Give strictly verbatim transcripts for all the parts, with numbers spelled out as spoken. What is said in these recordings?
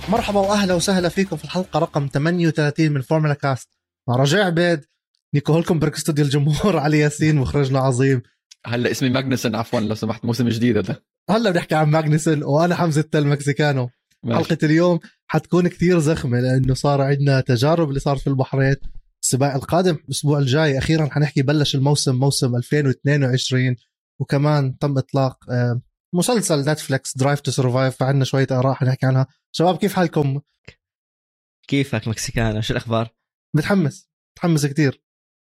مرحبا واهلا وسهلا فيكم في الحلقه رقم ثمانية وثلاثين من فورمولا كاست مع رجاء عبيد، نيكو هولكنبرغ استوديو الجمهور، علي ياسين مخرجنا عظيم. هلا اسمي ماغنسن، عفوا لو سمحت، موسم جديد هذا. هلا بنحكي عن ماغنسن وانا حمزه تل مكسيكانو. ماشي. حلقه اليوم حتكون كتير زخمه لانه صار عندنا تجارب اللي صارت في البحرين. السباق القادم الاسبوع الجاي اخيرا حنحكي بلش الموسم موسم ألفين واثنين وعشرين، وكمان تم اطلاق مسلسل نتفليكس درايف تو سرفايف، فعندنا شويه اراء حنحكي عنها. شباب كيف حالكم؟ كيفك مكسيكان؟ شو الأخبار؟ متحمس متحمس كتير.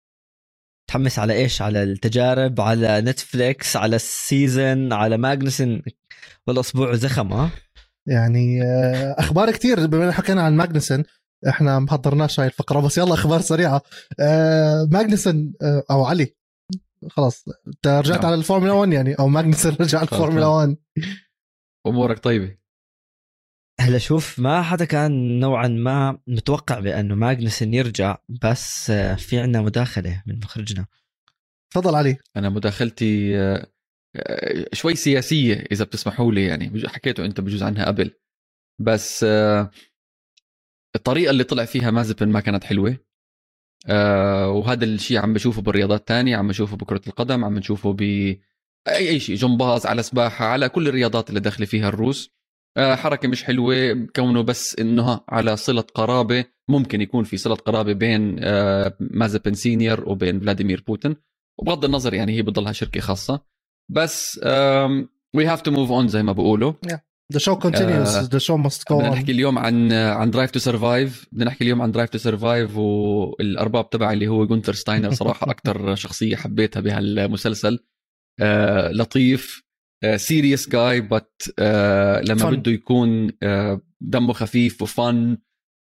تحمس على إيش؟ على التجارب، على نتفليكس، على السيزن، على ماغنسن؟ والله أسبوع زخم. ها يعني أخبار كتير. بما أن حكينا عن ماغنسن إحنا محضرناش هاي الفقرة، بس يلا أخبار سريعة. ماغنسن أو علي خلاص أنت رجعت على الفورمولا واحد يعني، أو ماغنسن رجع الفورمولا واحد. أمورك طيبة؟ هلا شوف، ما حدا كان نوعا ما متوقع بأنه ماغنسن يرجع، بس في عنا مداخلة من مخرجنا. تفضل علي. أنا مداخلتي شوي سياسية إذا بتسمحوا لي، يعني حكيتوا أنت بجوز عنها قبل، بس الطريقة اللي طلع فيها مازبن ما كانت حلوة، وهذا الشيء عم بشوفه بالرياضات تانية، عم بشوفه بكرة القدم، عم نشوفه بأي أي شيء، جمباز، على سباحة، على كل الرياضات اللي داخل فيها الروس. حركة مش حلوة، كونه بس إنها على صلة قرابة، ممكن يكون في صلة قرابة بين مازبن سينيور وبين فلاديمير بوتين، وبغض النظر يعني هي بتضلها شركة خاصة، بس we have to move on زي ما بقولوا. yeah. The show continues. uh, the show must go on. بدنا نحكي اليوم عن عن Drive to Survive. بدنا نحكي اليوم عن Drive to Survive والأرباب تبع اللي هو جونتر ستاينر. صراحة أكتر شخصية حبيتها بهالمسلسل. uh, لطيف، سيريس جاي، بس لما fun. بده يكون uh, دمه خفيف وفن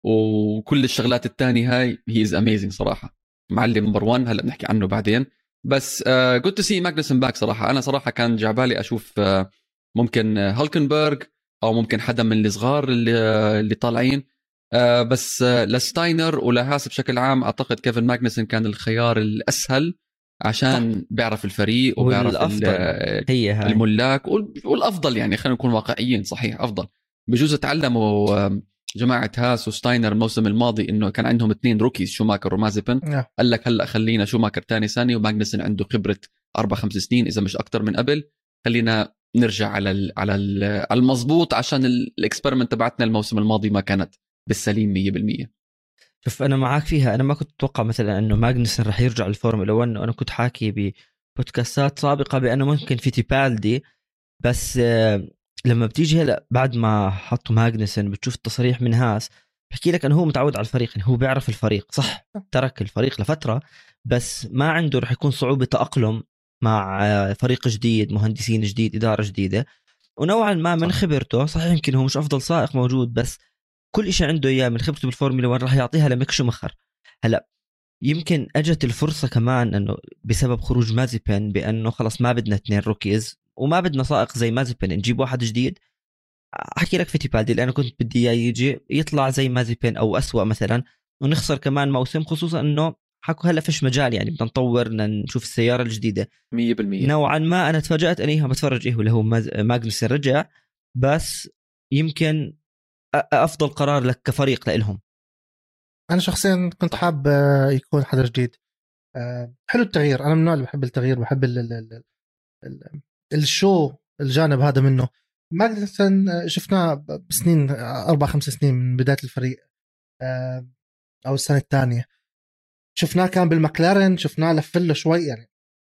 وكل الشغلات التانية هاي، he is amazing صراحة. معلم نمبر وان، هلأ نحكي عنه بعدين. بس uh, good to see Magnussen back صراحة. أنا صراحة كان جعبالي أشوف uh, ممكن هولكنبرغ أو ممكن حدا من الصغار اللي, اللي طالعين، uh, بس uh, لستاينر ولهاس بشكل عام أعتقد كيفن ماغنسن كان الخيار الأسهل، عشان صح. بيعرف الفريق وبيعرف هي هاي. الملاك والأفضل، يعني خلينا نكون واقعيين، صحيح أفضل. بجوز تعلموا جماعة هاس وستاينر الموسم الماضي إنه كان عندهم اثنين روكيز، شوماكر ومازبن. yeah. قال لك هلأ خلينا شوماكر تاني ثاني، وماغنسن عنده خبرة أربع خمس سنين إذا مش أكتر من قبل، خلينا نرجع على ال على ال على المضبوط، عشان الإكسبيرمنت تبعتنا الموسم الماضي ما كانت بالسليم مية بالمية. شوف أنا معاك فيها. أنا ما كنت أتوقع مثلا أنه ماغنسن رح يرجع الفورمولا واحد، وأنا كنت حاكي ببودكاستات سابقة بأنه ممكن في تيبالدي، بس لما بتيجي هلا بعد ما حطوا ماغنسن بتشوف التصريح من هاس بحكي لك أنه هو متعود على الفريق، يعني هو بيعرف الفريق صح، ترك الفريق لفترة بس ما عنده رح يكون صعوبة تأقلم مع فريق جديد، مهندسين جديد، إدارة جديدة، ونوعا ما من خبرته. صحيح يمكن هو مش أفضل سائق موجود، بس كل إشي عنده إياه من خبرته بالفورمولا واحد راح يعطيها لميك شوماخر. هلا يمكن أجت الفرصة كمان أنه بسبب خروج مازيبن بأنه خلص ما بدنا اثنين روكيز وما بدنا سائق زي مازيبن، نجيب واحد جديد. أحكي لك في تيبالدي اللي أنا كنت بدي يجي يطلع زي مازيبن أو أسوأ مثلا، ونخسر كمان موسم، خصوصا أنه حكوا هلا فيش مجال، يعني بدنا نطور نشوف السيارة الجديدة مية بالمية. نوعا ما أنا تفاجأت أني بتفرج إيه اللي هو ماغنسن رجع، بس يمكن أفضل قرار لك كفريق لإلهم. أنا شخصيا كنت حاب يكون حدا جديد. حلو التغيير، أنا من النوع اللي بحب التغيير، بحب ال ال ال ال الشو الجانب هذا منه. ماغنسن شفناه بسنين أربع خمس سنين من بداية الفريق أو السنة الثانية، شفناه كان بالمكلارن، شفناه لفله شوي، يعني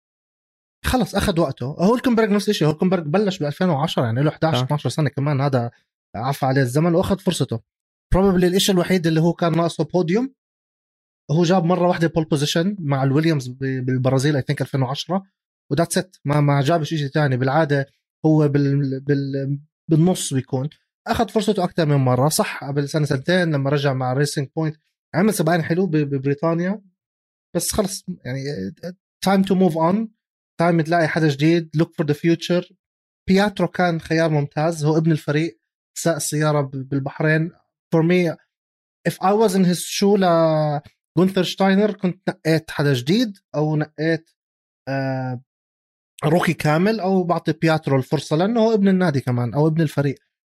خلص أخذ وقته. هولكنبرغ نفس الشيء، هولكنبرغ بلش ب ألفين وعشرة، يعني له إحدى عشر اثنا عشر سنة كمان، هذا عفى عليه الزمن وأخذ فرصته. probably الإشي الوحيد اللي هو كان ناقصه بوديوم، هو جاب مرة واحدة بول بوزيشن مع الويليامز بالبرازيل I think ألفين وعشرة، وده ست ما ما جابش إشي تاني. بالعادة هو بال بال بالنص بيكون أخذ فرصته أكتر من مرة. صح قبل سنة سنتين لما رجع مع ريسينج بوينت عمل سباقين حلو ببريطانيا، بس خلص يعني time to move on، time تلاقي حدا جديد، look for the future. بياترو كان خيار ممتاز، هو ابن الفريق، ساق السيارة بالبحرين. for me if I was in his shoe لا جونثر شتاينر كنت نقيت حدا جديد، أو نقيت آه روكي كامل، أو بعطي بياترو الفرصة لأنه هو ابن النادي كمان أو ابن الفريق.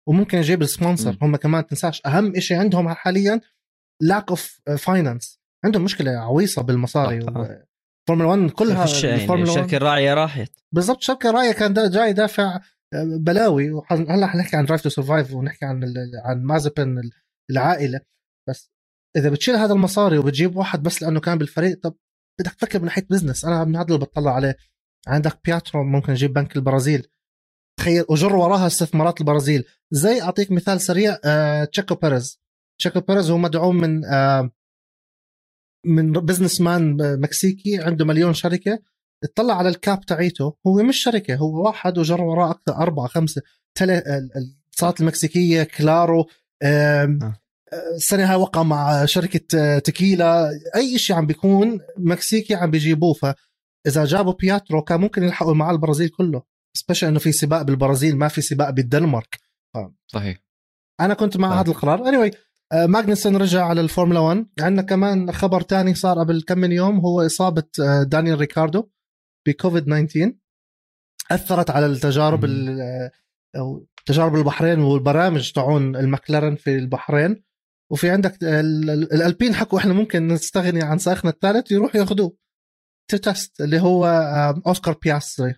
وممكن يجيب السبونسر. م. هم كمان تنساش أهم إشي عندهم حاليا lack of finance، عندهم مشكلة عويصة بالمصاري. فورمولا واحد كلها الفورمولا واحد الشركة الراعية راحت بالضبط. شركة راعية كان جاي دافع بلاوي. وهلا حنحكي عن درايف تو سرفايف ونحكي عن عن مازبن العائلة. بس إذا بتشيل هذا المصاري وبتجيب واحد بس لأنه كان بالفريق، طب بدك تفكر من ناحية بزنس. أنا من هذا اللي بطلع عليه. عندك بياترو ممكن يجيب بنك البرازيل، تخيل، وجر وراها استثمارات البرازيل. زي أعطيك مثال سريع، آه، تشيكو بيريز. تشيكو بيريز هو مدعوم من آه، من بزنس مان مكسيكي عنده مليون شركة. اطلع على الكاب تعيته، هو مش شركة، هو واحد وجر وراه أكثر أربعة خمسة تل الاتصالات المكسيكية كلارو. آه. السنة هاي وقع مع شركة تكيلا. أي شيء عم بيكون مكسيكي عم بيجيبوه. فإذا جابوا بياترو كان ممكن يلحقوا مع البرازيل كله، سبيشال إنه في سباق بالبرازيل ما في سباق بالدنمارك. صحيح. أنا كنت مع هذا القرار. anyway ماغنسون رجع على الفورمولا واحد. عندنا كمان خبر تاني صار قبل كم من يوم، هو إصابة دانيال ريكاردو بكوفيد تسعة عشر. أثرت على التجارب أو تجارب البحرين والبرامج تاعون المكلارن في البحرين. وفي عندك الألبين حكوا إحنا ممكن نستغني عن سائقنا الثالث يروح ياخدوه تست اللي هو أوسكار بياستري.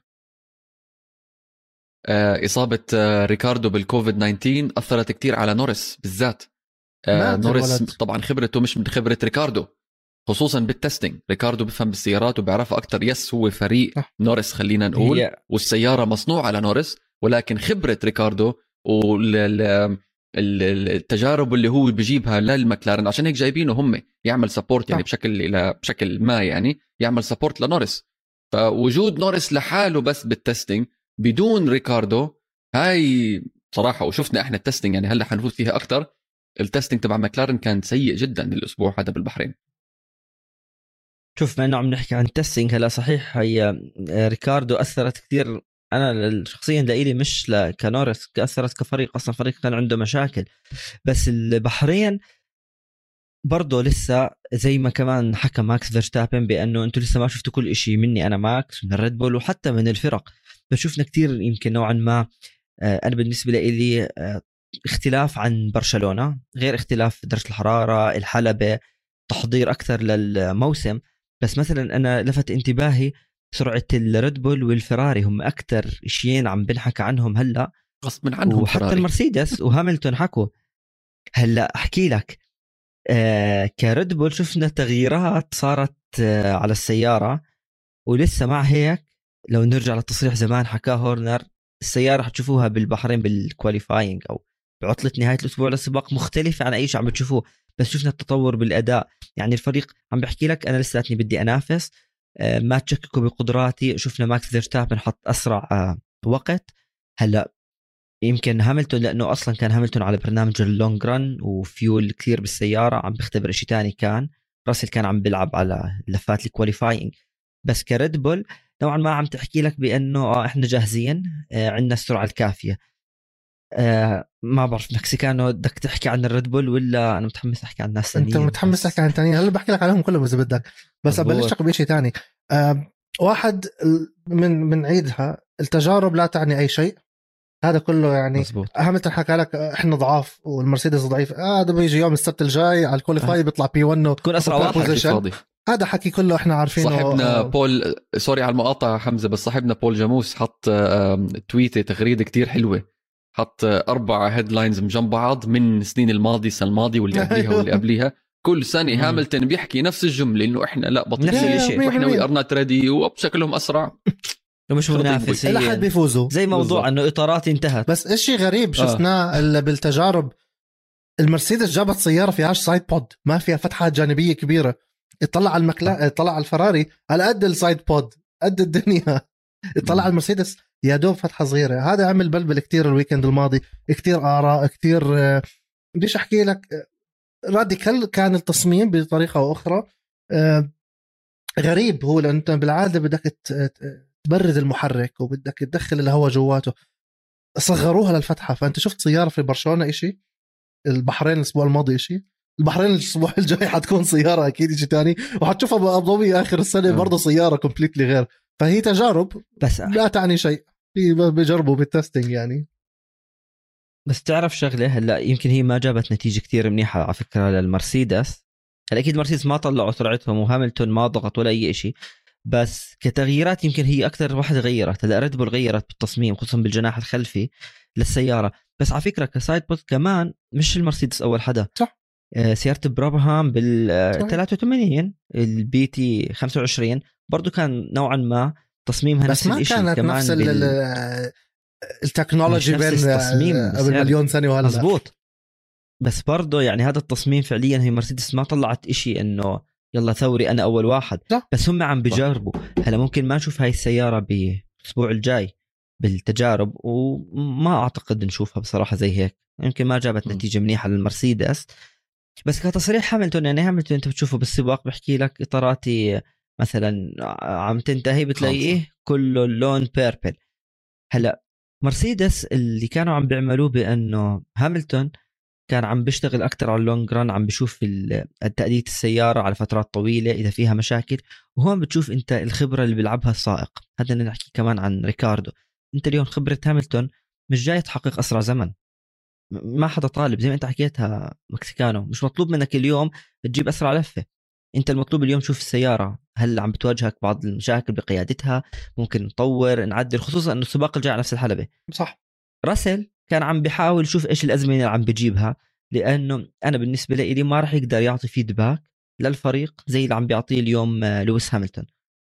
إصابة ريكاردو بالكوفيد تسعة عشر أثرت كتير على نورس بالذات. نورس طبعا خبرته مش من خبرة ريكاردو، خصوصا بالتستينج. ريكاردو بفهم بالسيارات وبيعرفها أكتر. يس هو فريق نورس خلينا نقول هي... والسيارة مصنوعة على نورس، ولكن خبرة ريكاردو والتجارب اللي هو بيجيبها للمكلارن عشان هيك جايبينه هم يعمل سبورت يعني بشكل إلى بشكل ما يعني يعمل سبورت لنورس. فوجود نورس لحاله بس بالتستينج بدون ريكاردو هاي صراحة. وشفنا احنا التستينج يعني هلا حنفوت فيها أكتر. التستينج تبع مكلارن كان سيء جدا الأسبوع هذا بالبحرين. شوف، ما انه عم نحكي عن تستينج هلا صحيح هي ريكاردو أثرت كثير. أنا شخصيا لإلي مش كنورس أثرت كفريق، أصلا فريق كان عنده مشاكل. بس البحرين برضو لسه زي ما كمان حكى ماكس فيرستابن بأنه أنتوا لسه ما شفتوا كل إشي مني أنا ماكس من الريد بول وحتى من الفرق. فشوفنا كتير يمكن نوعا ما. أنا بالنسبة لإلي اختلاف عن برشلونة، غير اختلاف درجة الحرارة، الحلبة، تحضير أكثر للموسم. بس مثلا أنا لفت انتباهي سرعة الريد بول والفراري، هم أكثر إشيين عم بنحكى عنهم هلأ غصب عنهم. وحتى فراري. المرسيدس وهاملتون حكوا. هلأ أحكي لك آه كريد بول شفنا تغييرات صارت آه على السيارة. ولسه مع هيك لو نرجع للتصريح زمان حكاه هورنر، السيارة حتشوفوها بالبحرين بالكواليفاينج أو بعطلة نهاية الأسبوع للسباق مختلفة عن أي شيء عم بتشوفوه. بس شفنا التطور بالأداء. يعني الفريق عم بحكي لك أنا لساتني بدي أنافس، آه ما تشككوا بقدراتي. شفنا ماكس فيرستابن حط أسرع آه وقت. هلأ يمكن هاملتون لأنه أصلا كان هاملتون على برنامج اللونج ران وفيول كثير بالسيارة عم بيختبر إشي تاني. كان راسل كان عم بيلعب على لفات الكواليفاينج. بس كريد بول نوعا ما عم تحكي لك بأنه آه إحنا جاهزين، آه عندنا السرعة الكافية. آه ما بعرف مكسيكانو بدك تحكي عن الريد بول ولا أنا متحمس أحكي عن ناس ثانيين؟ أنت متحمس تحكي عن تانيين؟ هلا بحكي لك عليهم كلهم إذا بدك. بس أبلش لك بشيء تاني. آه واحد من من عيدها التجارب لا تعني أي شيء. هذا كله يعني هاملتون حكى لك احنا ضعاف والمرسيدس ضعيف. هذا آه بيجي يوم السبت الجاي على الكواليفاي بيطلع بي واحد تكون اسرع واحد. هذا حكي كله احنا عارفينه. صاحبنا بول سوري على المقاطعه حمزه، بس صاحبنا بول جاموس حط تويته تغريده كتير حلوه. حط اربع هيدلاينز جنب بعض من السنين الماضيه، السنه الماضيه واللي قبليها واللي قبليها. كل سنه هاملتون بيحكي نفس الجمله انه احنا لا بطيئين واحنا وي ارنا تريدي وبشكلهم اسرع مش منافسين لا حد بيفوزوا. زي موضوع بالضبط. انه اطارات انتهت. بس اشي غريب شفناه آه. بالتجارب. المرسيدس جابت سياره فيهاش سايد بود، ما فيها فتحات جانبيه كبيره. اطلع على المكلا اطلع على الفراري على قد السايد بود قد الدنيا. اطلع على المرسيدس يا دوب فتحه صغيره. هذا عمل بلبل كتير الويكند الماضي، كتير اراء كتير. بديش احكي لك راديكال كان التصميم بطريقه او اخرى. غريب هو لأن انت بالعاده بدك تبرد المحرك وبدك تدخل الهواء جواته، صغروها للفتحة. فأنت شفت سيارة في برشلونة إشي، البحرين الأسبوع الماضي إشي، البحرين الأسبوع الجاي حتكون سيارة أكيد إشي تاني، وحتشوفها بأبو ظبي آخر السنة برضو سيارة كومبليتلي غير. فهي تجارب بس لا تعني شيء، بيجربوا بالتستينج يعني. بس تعرف شغله هلا يمكن هي ما جابت نتيجه كتير منيحه على فكره للمرسيدس. هلا اكيد مرسيدس ما طلعوا سرعتهم وهاملتون ما ضغط ولا اي شيء، بس كتغييرات يمكن هي اكثر واحده غيرت. هلا ريد بول غيرت بالتصميم خصوصا بالجناح الخلفي للسياره. بس على فكره كسايد بوست كمان مش المرسيدس اول حدا، صح. آه سياره برابهام بال ثلاثة وثمانين البي تي خمسة وعشرين برضو كان نوعا ما تصميمها بس نفس ما الشيء كانت كمان نفس بال... التكنولوجي بين قبل مليون سنه وهلا. مزبوط. بس برضو يعني هذا التصميم فعليا هي مرسيدس ما طلعت إشي انه يلا ثوري انا اول واحد. صح. بس هم عم بيجربوا. هلا ممكن ما نشوف هاي السياره بالاسبوع الجاي بالتجارب، وما اعتقد نشوفها بصراحه زي هيك. يمكن ما جابت م. نتيجه منيحه للمرسيدس. بس كتصريح هاملتون، يعني هاملتون انت بتشوفه بالسباق بحكي لك اطاراتي مثلا عم تنتهي بتلاقيه كله اللون بيربل. هلا مرسيدس اللي كانوا عم بيعملوه بانه هاملتون كان عم بيشتغل أكتر على اللونج ران، عم بشوف تأدية السيارة على فترات طويلة إذا فيها مشاكل. وهون بتشوف أنت الخبرة اللي بيلعبها السائق. هذا نحكي كمان عن ريكاردو. أنت اليوم خبرة هاملتون مش جاي تحقق أسرع زمن، ما حدا طالب زي ما أنت حكيتها مكسيكانو، مش مطلوب منك اليوم تجيب أسرع لفة. أنت المطلوب اليوم تشوف السيارة هل عم بتواجهك بعض المشاكل بقيادتها، ممكن نطور نعدل، خصوصا أنه السباق الجاي على نفس الحلبة. صح. راسل كان عم بيحاول يشوف إيش الأزمنة اللي عم بيجيبها، لأنه أنا بالنسبة لي ما راح يقدر يعطي فيدباك للفريق زي اللي عم بيعطيه اليوم لويس هاملتون.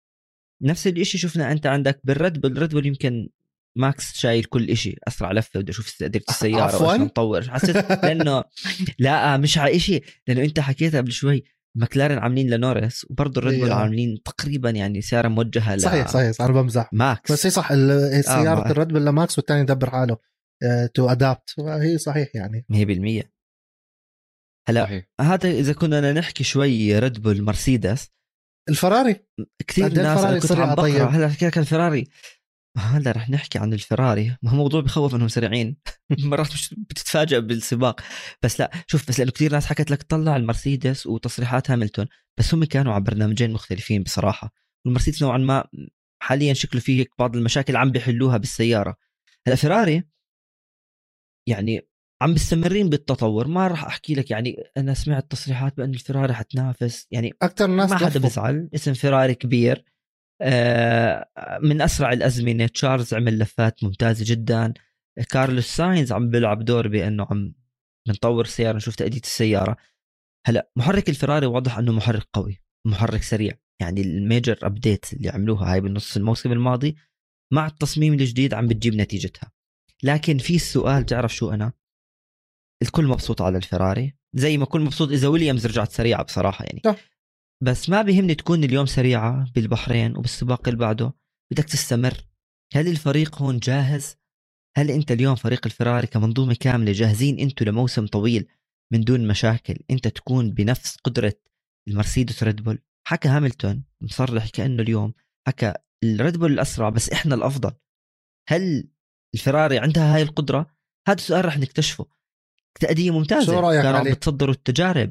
نفس الإشي شفنا أنت عندك بالريد بول. الريد بول يمكن ماكس شايل كل إشي، أسرع لفة بدي أشوف تقدير السيارة وإيش نطور. حسيت لأنه لا مش على إشي، لأنه أنت حكيتها قبل شوي مكلارن عاملين لنوريس وبرضه الريد بول عاملين تقريبا يعني سيارة موجهة ل صحيح صحيح أنا بمزح ماكس. بس هي صح السيارة آه الريد بول لماكس والتاني يدبر حاله تو ادابت. هي صحيح يعني مية بالمية. هلا صحيح. هذا اذا كنا نحكي شوي ريد بول مرسيدس. الفراري كثير ناس أنا كنت عم بقرا هلا حكي لك الفراري. هلا رح نحكي عن الفراري، ما هو موضوع بخوف انهم سريعين مرات مش بتتفاجئ بالسباق. بس لا شوف، بس لانه كثير ناس حكت لك طلع المرسيدس وتصريحات هاملتون، بس هم كانوا على برنامجين مختلفين بصراحه. والمرسيدس نوعا ما حاليا شكله فيه بعض المشاكل عم بيحلوها بالسياره. هلا فراري يعني عم بيستمرين بالتطور. ما راح احكي لك يعني انا سمعت تصريحات بان الفراري حتنافس، يعني اكثر ناس ما حدا بيزعل، اسم فراري كبير آه من اسرع الازمنه. تشارلز عمل لفات ممتازه جدا. كارلوس ساينز عم بيلعب دور بانه عم بنطور سياره، نشوف تأدية السياره. هلا محرك الفراري واضح انه محرك قوي، محرك سريع. يعني الميجر ابديت اللي عملوها هاي بالنص الموسم الماضي مع التصميم الجديد عم بتجيب نتيجتها. لكن في السؤال، تعرف شو، أنا الكل مبسوط على الفراري زي ما كل مبسوط إذا ويليامز رجعت سريعة بصراحة يعني ده. بس ما بيهمني تكون اليوم سريعة بالبحرين وبالسباق اللي بعده، بدك تستمر. هل الفريق هون جاهز؟ هل أنت اليوم فريق الفراري كمنظومة كاملة جاهزين أنتوا لموسم طويل من دون مشاكل أنت تكون بنفس قدرة المرسيدس ريد بول؟ حكى هاملتون مصرح كأنه اليوم حكى الريد بول الأسرع بس إحنا الأفضل. هل الفراري عندها هاي القدرة؟ هذا السؤال رح نكتشفه. تأدية ممتازة، كانوا عم بتصدروا التجارب.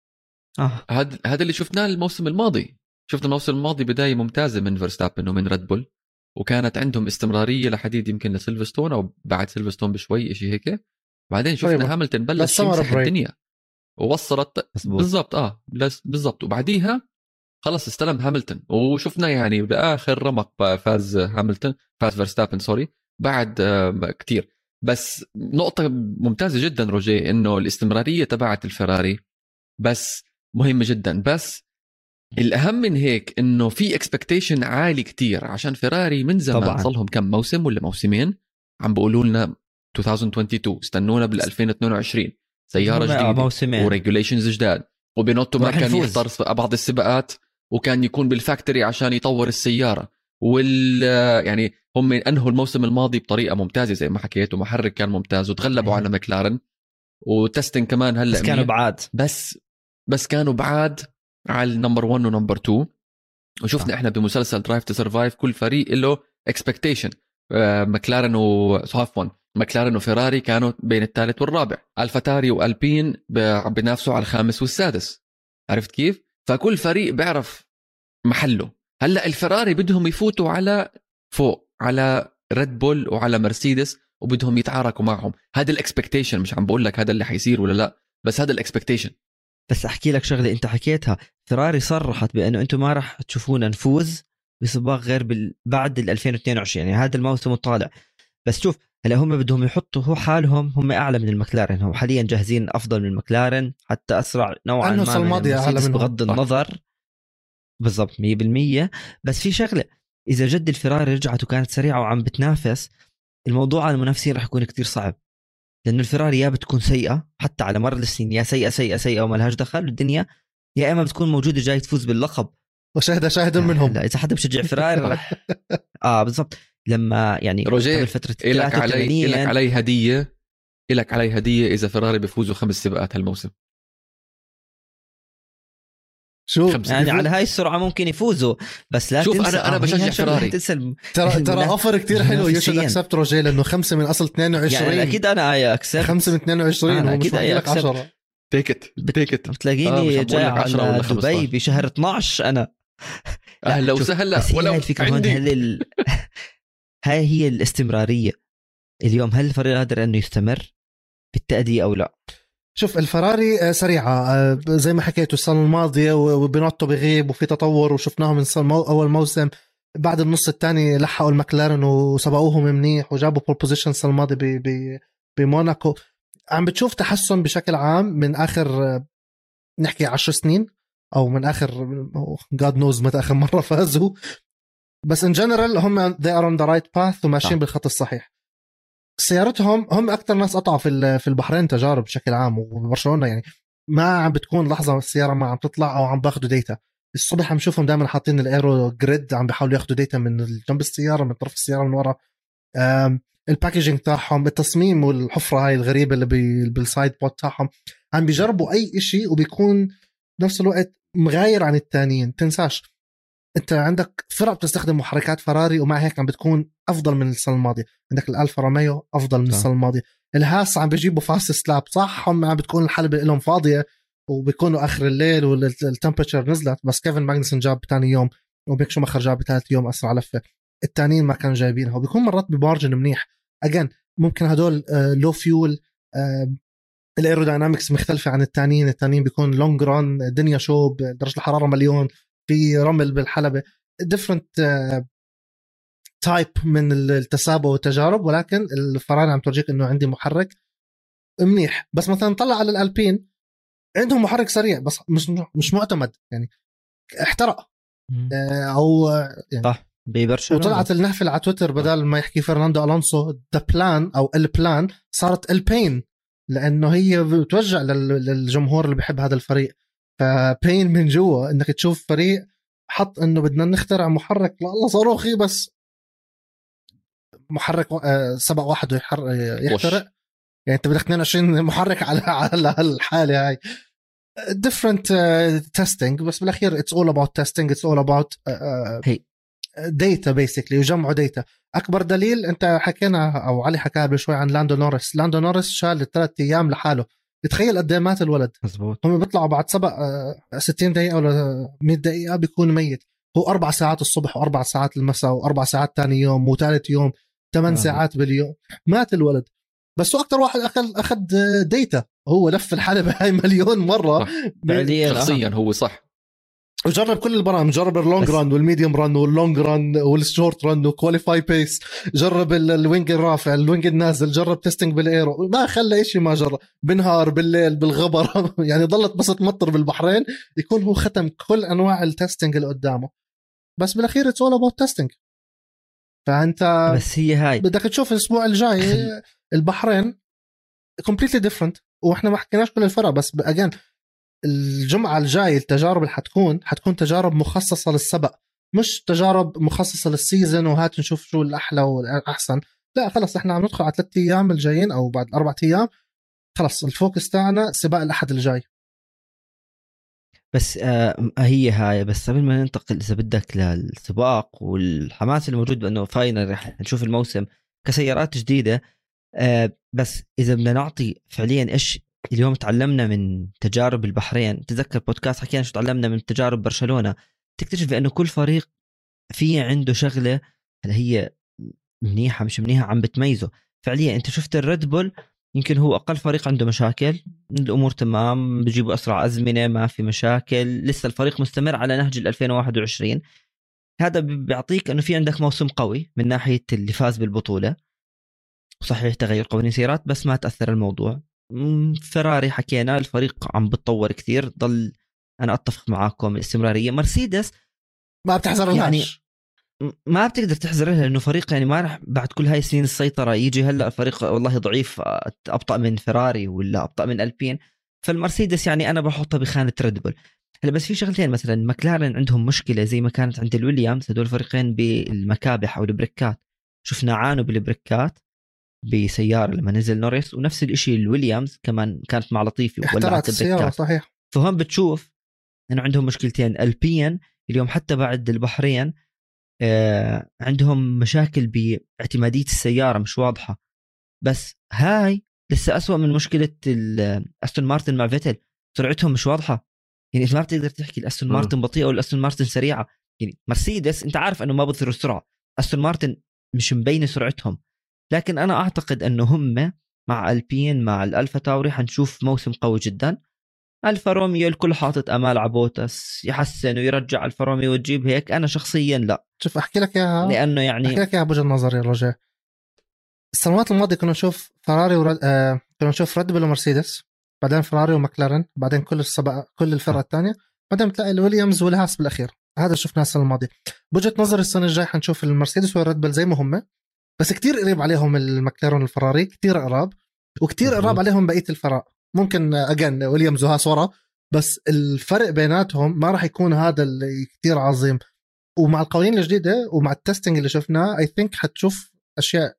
آه. هذا هذا اللي شفناه الموسم الماضي. شفنا الموسم الماضي بداية ممتازة من فيرستابن ومن ريد بول، وكانت عندهم استمرارية لحديد يمكن لسيلفستون أو بعد سيلفستون بشوي إشي هيك. بعدين شفنا طيب. هاملتون بلش يمسح الدنيا ووصلت بالضبط اه بالضبط. وبعديها خلص استلم هاملتون، وشفنا يعني بآخر رمق فاز هاملتون فاز فيرستابن سوري بعد آه كتير. بس نقطة ممتازة جدا روجيه إنه الاستمرارية تبعت الفراري بس مهمة جدا. بس الأهم من هيك إنه في expectation عالي كتير عشان فراري من زمان صار لهم كم موسم ولا موسمين عم بيقولوا لنا ألفين واثنين وعشرين استنونا بال ألفين واثنين وعشرين سيارة جديدة وريجوليشنز جداد، وبينوتو ما كان يحضر بعض السباقات وكان يكون بالفاكتوري عشان يطور السيارة. وال يعني هم انهوا الموسم الماضي بطريقة ممتازة زي ما حكيت، ومحرك كان ممتاز وتغلبوا على مكلارن وتستن كمان هلا بس كانوا بعاد بس بس كانوا بعاد على النمبر واحد ونمبر اثنين. وشفنا آه. احنا بمسلسل درايف تو سرفايف كل فريق له اكسبكتيشن. آه مكلارن وصافون مكلارن وفيراري كانوا بين الثالث والرابع، الفتاري والبين بينافسوا على الخامس والسادس. عرفت كيف؟ فكل فريق بيعرف محله. هلا الفراري بدهم يفوتوا على فوق على ريد بول وعلى مرسيدس وبدهم يتعاركوا معهم. هذا الاكسبكتيشن، مش عم بقول لك هذا اللي حيصير ولا لا، بس هذا الاكسبكتيشن. بس احكي لك شغله انت حكيتها، فيراري صرحت بانه انتم ما راح تشوفونا نفوز بسباق غير بال... بعد ال ألفين واثنين وعشرين، يعني هذا الموسم الطالع. بس شوف هلا هم بدهم يحطوا هو حالهم هم اعلى من المكلارن، هم حاليا جاهزين افضل من المكلارن، حتى اسرع نوعا ما من المرسيدس بغض النظر. بالضبط مية بالمية. بس في شغله، اذا جد الفيراري رجعت وكانت سريعه وعم بتنافس، الموضوع على المنافسين راح يكون كتير صعب، لأنه الفيراري يا بتكون سيئة حتى على مر السنين، يا سيئة سيئة سيئة وما لهاش دخل الدنيا، يا إما بتكون موجودة جاي تفوز باللقب. وشاهد شاهد منهم. لا إذا حدا بشجع فيراري رح آه بالضبط. لما يعني روجيه فترة إلك علي إلك علي هدية إلك علي هدية إذا فيراري بيفوزوا خمس سباقات هالموسم. شوف يعني على هاي السرعة ممكن يفوزوا، بس لا شوف تنسى أنا أنا بشجع فيراري. ترى ترى أوفر كتير حلو يوشد أكسبت روجيه، لأنه خمسة من أصل اثنين وعشرين. يعني أكيد أنا آي أكسبت خمسة من اثنين وعشرين أكيد آي أكسبت عشرة. تيكت تيكت بتلاقيني آه جاي على دبي بشهر اثناشر أنا. أهلا وسهلا. ولا الفكرة هون هل ال... هاي هي الاستمرارية اليوم. هل الفريق قادر أنه يستمر بالتأدية أو لا؟ شوف الفراري سريعة زي ما حكيتوا السنة الماضية، وبنوتو بغيب وفي تطور وشفناهم من أول موسم. بعد النص الثاني لحقوا المكلارن وسبقوهم منيح وجابوا بول بوزيشن السنة الماضية بموناكو. عم بتشوف تحسن بشكل عام من آخر نحكي عشر سنين، أو من آخر God knows متى آخر مرة فازوا. بس in general هم they are on the right path وماشيين بالخط الصحيح. سيارتهم هم أكتر ناس قطعوا في في البحرين تجارب بشكل عام، وبرشلونة يعني ما عم بتكون لحظة السيارة ما عم تطلع أو عم باخدوا ديتا. الصبح عم شوفهم دائما حاطين الايرو جريد، عم بيحاولوا ياخدوا ديتا من جنب السيارة، من طرف السيارة من ورا. الباكيجينج تاعهم، التصميم والحفرة هاي الغريبة اللي بالسايد بوت تاعهم، عم بيجربوا أي إشي وبيكون نفس الوقت مغاير عن التانيين. تنساش انت عندك فرق بتستخدم محركات فراري ومع هيك عم بتكون افضل من السنه الماضيه. عندك الالفا روميو افضل من السنه الماضيه. الهاس عم بيجيبوا فاست سلاب صح، هم عم بتكون الحلبة لهم فاضيه وبيكونوا اخر الليل والتمبرتشر نزلت. بس كيفن ماغنسون جاب ثاني يوم وبيك شوماخر جاب ثالث يوم اسرع لفه، التانيين ما كانوا جايبينها. وبيكون مرات بمارجن منيح. اجين ممكن هدول لو فيول، الايروداينامكس مختلفه عن التانيين. التانيين بيكون لونج ران، دنيا شوب، درجه الحراره مليون، في رمل بالحلبة، different type من التسابق والتجارب. ولكن الفراري عم تورجيك انه عندي محرك منيح. بس مثلا طلع على الألبين عندهم محرك سريع بس مش مش معتمد، يعني احترق او يعني صح ببرشلونة. وطلعت النحفل على تويتر بدل ما يحكي فرناندو ألونسو the plan او البلان صارت البين، لانه هي بتوجع للجمهور اللي بيحب هذا الفريق. فبين من جوا انك تشوف فريق حط انه بدنا نخترع محرك والله صاروخي، بس محرك سبق واحد يحترق. يعني انت بدك اثنين وعشرين محرك على على الحاله هاي. different testing، بس بالاخير it's all about testing، it's all about data basically، يجمعوا data. اكبر دليل انت حكينا او علي حكاها بشوي عن لاندو نورس. لاندو نورس شال الثلاث ايام لحاله، تخيل قد ايه مات الولد. مزبوط. هم بيطلعوا بعد سبق ستين دقيقة ولا مية دقيقة بيكون ميت. هو أربع ساعات الصبح وأربع ساعات المساء وأربع ساعات تاني يوم وثالث يوم ثمان آه. ساعات باليوم. مات الولد. بس هو أكتر واحد أخذ أخذ ديتا، هو لف الحلبة هاي مليون مرة شخصيا. هو صح، وجرب كل البرامج، جرب اللونج ران والميديوم ران واللونج ران والشورت ران وكواليفاي بيس، جرب الوينج الرافع الوينج النازل، جرب تيستينج بالايرو، ما خلى إشي ما جرب. بنهار بالليل بالغبر يعني ضلت بس تمطر بالبحرين يكون هو ختم كل انواع التيستينج اللي قدامه. بس بالاخير اتس اول اباوت تيستينج. فانت بس هي هاي بدك تشوف الاسبوع الجاي البحرين completely different. واحنا ما حكيناش كل الفرق، بس اجين الجمعة الجاي التجارب اللي حتكون حتكون تجارب مخصصة للسبق، مش تجارب مخصصة للسيزن وهات نشوف شو الأحلى والأحسن. لا خلص احنا عم ندخل على ثلاثة أيام الجايين أو بعد أربعة أيام، خلص الفوكس تاعنا سباق الأحد الجاي. بس آه هي هاي. بس قبل ما ننتقل إذا بدك للسباق والحماس الموجود بأنه فاينل رح نشوف الموسم كسيارات جديدة، آه بس إذا بدنا نعطي فعليا إيش اليوم تعلمنا من تجارب البحرين. تذكر بودكاست حكينا شو تعلمنا من تجارب برشلونة، تكتشف بأنه كل فريق فيه عنده شغلة هل هي منيحة مش منيحة عم بتميزه. فعليا انت شفت الريد بول يمكن هو اقل فريق عنده مشاكل، الامور تمام، بيجيبوا اسرع ازمنه، ما في مشاكل، لسه الفريق مستمر على نهج ال ألفين وواحد وعشرين. هذا بيعطيك انه في عندك موسم قوي من ناحيه اللي فاز بالبطوله، صحيح تغير قوانين سيارات بس ما تاثر الموضوع. فراري حكينا الفريق عم بتطور كثير، ضل انا اتفق معاكم الاستمراريه. مرسيدس ما بتحذر يعني ما بتقدر تحذر لها لانه فريق يعني ما رح بعد كل هاي السنين السيطره يجي هلا فريق والله ضعيف ابطا من فيراري ولا ابطا من البين. فالمرسيدس يعني انا بحطها بخانه ريد بول. هلا بس في شغلتين، مثلا ماكلارن عندهم مشكله زي ما كانت عند الويليامز، هدول الفريقين بالمكابح او البريكات، شفنا عانوا بالبريكات بسياره لما نزل نوريس، ونفس الاشي الويليامز كمان كانت مع لطيفي ولعت السياره صحيح. فهم بتشوف انه عندهم مشكلتين. البين اليوم حتى بعد البحرين آه عندهم مشاكل باعتماديه السياره مش واضحه، بس هاي لسه أسوأ من مشكله استون مارتن مع فيتل، سرعتهم مش واضحه. يعني ما بتقدر تحكي الاستون مارتن بطيئه ولا الاستون مارتن سريعه. يعني مرسيدس انت عارف انه ما بظهروا السرعه، استون مارتن مش مبينه سرعتهم. لكن انا اعتقد انه هم مع البين مع الالفا تاوري حنشوف موسم قوي جدا. الفا روميو الكل حاطط امال عبوتس يحسن ويرجع الفا روميو وتجيب هيك، انا شخصيا لا. شوف احكي لك اياها، لانه يعني احكي لك اياها بوجهه نظري يا رجاء. السنوات الماضيه كنا نشوف فراري ورد... آه... كنا نشوف ريد بول ومرسيدس، بعدين فراري ومكلارن، بعدين كل السبق كل الفرق الثانيه، بعدين تلاقي الويليامز والهاس بالاخير. هذا شفناه السنه الماضيه. بوجهه نظري السنه الجاي حنشوف المرسيدس والريد بول زي ما هم، بس كتير قريب عليهم المكلارن والفراري، كتير قراب، وكتير قراب عليهم بقيه الفرق. ممكن اجين ويليامز وهاس ورا، بس الفرق بيناتهم ما راح يكون هذا اللي كتير عظيم. ومع القوانين الجديدة ومع التستنج اللي شفناه اي ثينك حتشوف اشياء.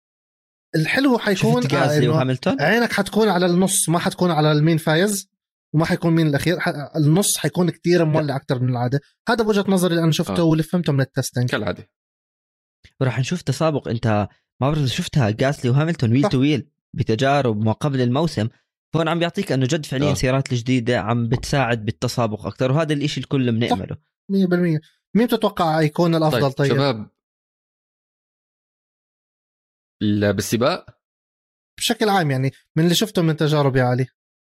الحلو حيكون آه عينك حتكون على النص، ما حتكون على المين فايز وما حيكون مين الاخير. النص حيكون كتير مولع اكتر من العاده. هذا بوجهه نظري اللي انا شفته آه. واللي فهمته من التستنج كالعاده. وراح نشوف تسابق، انت ما بعرف شفتها جاسلي وهاملتون ويل تو ويل بتجارب ما قبل الموسم، فهون عم بيعطيك انه جد فعليا آه. سيارات الجديده عم بتساعد بالتسابق اكثر، وهذا الاشي الكل بنعمله مية بالمية. مين تتوقع يكون الافضل؟ طيب, طيب. شباب بالسباق بشكل عام يعني من اللي شفته من تجارب يا علي،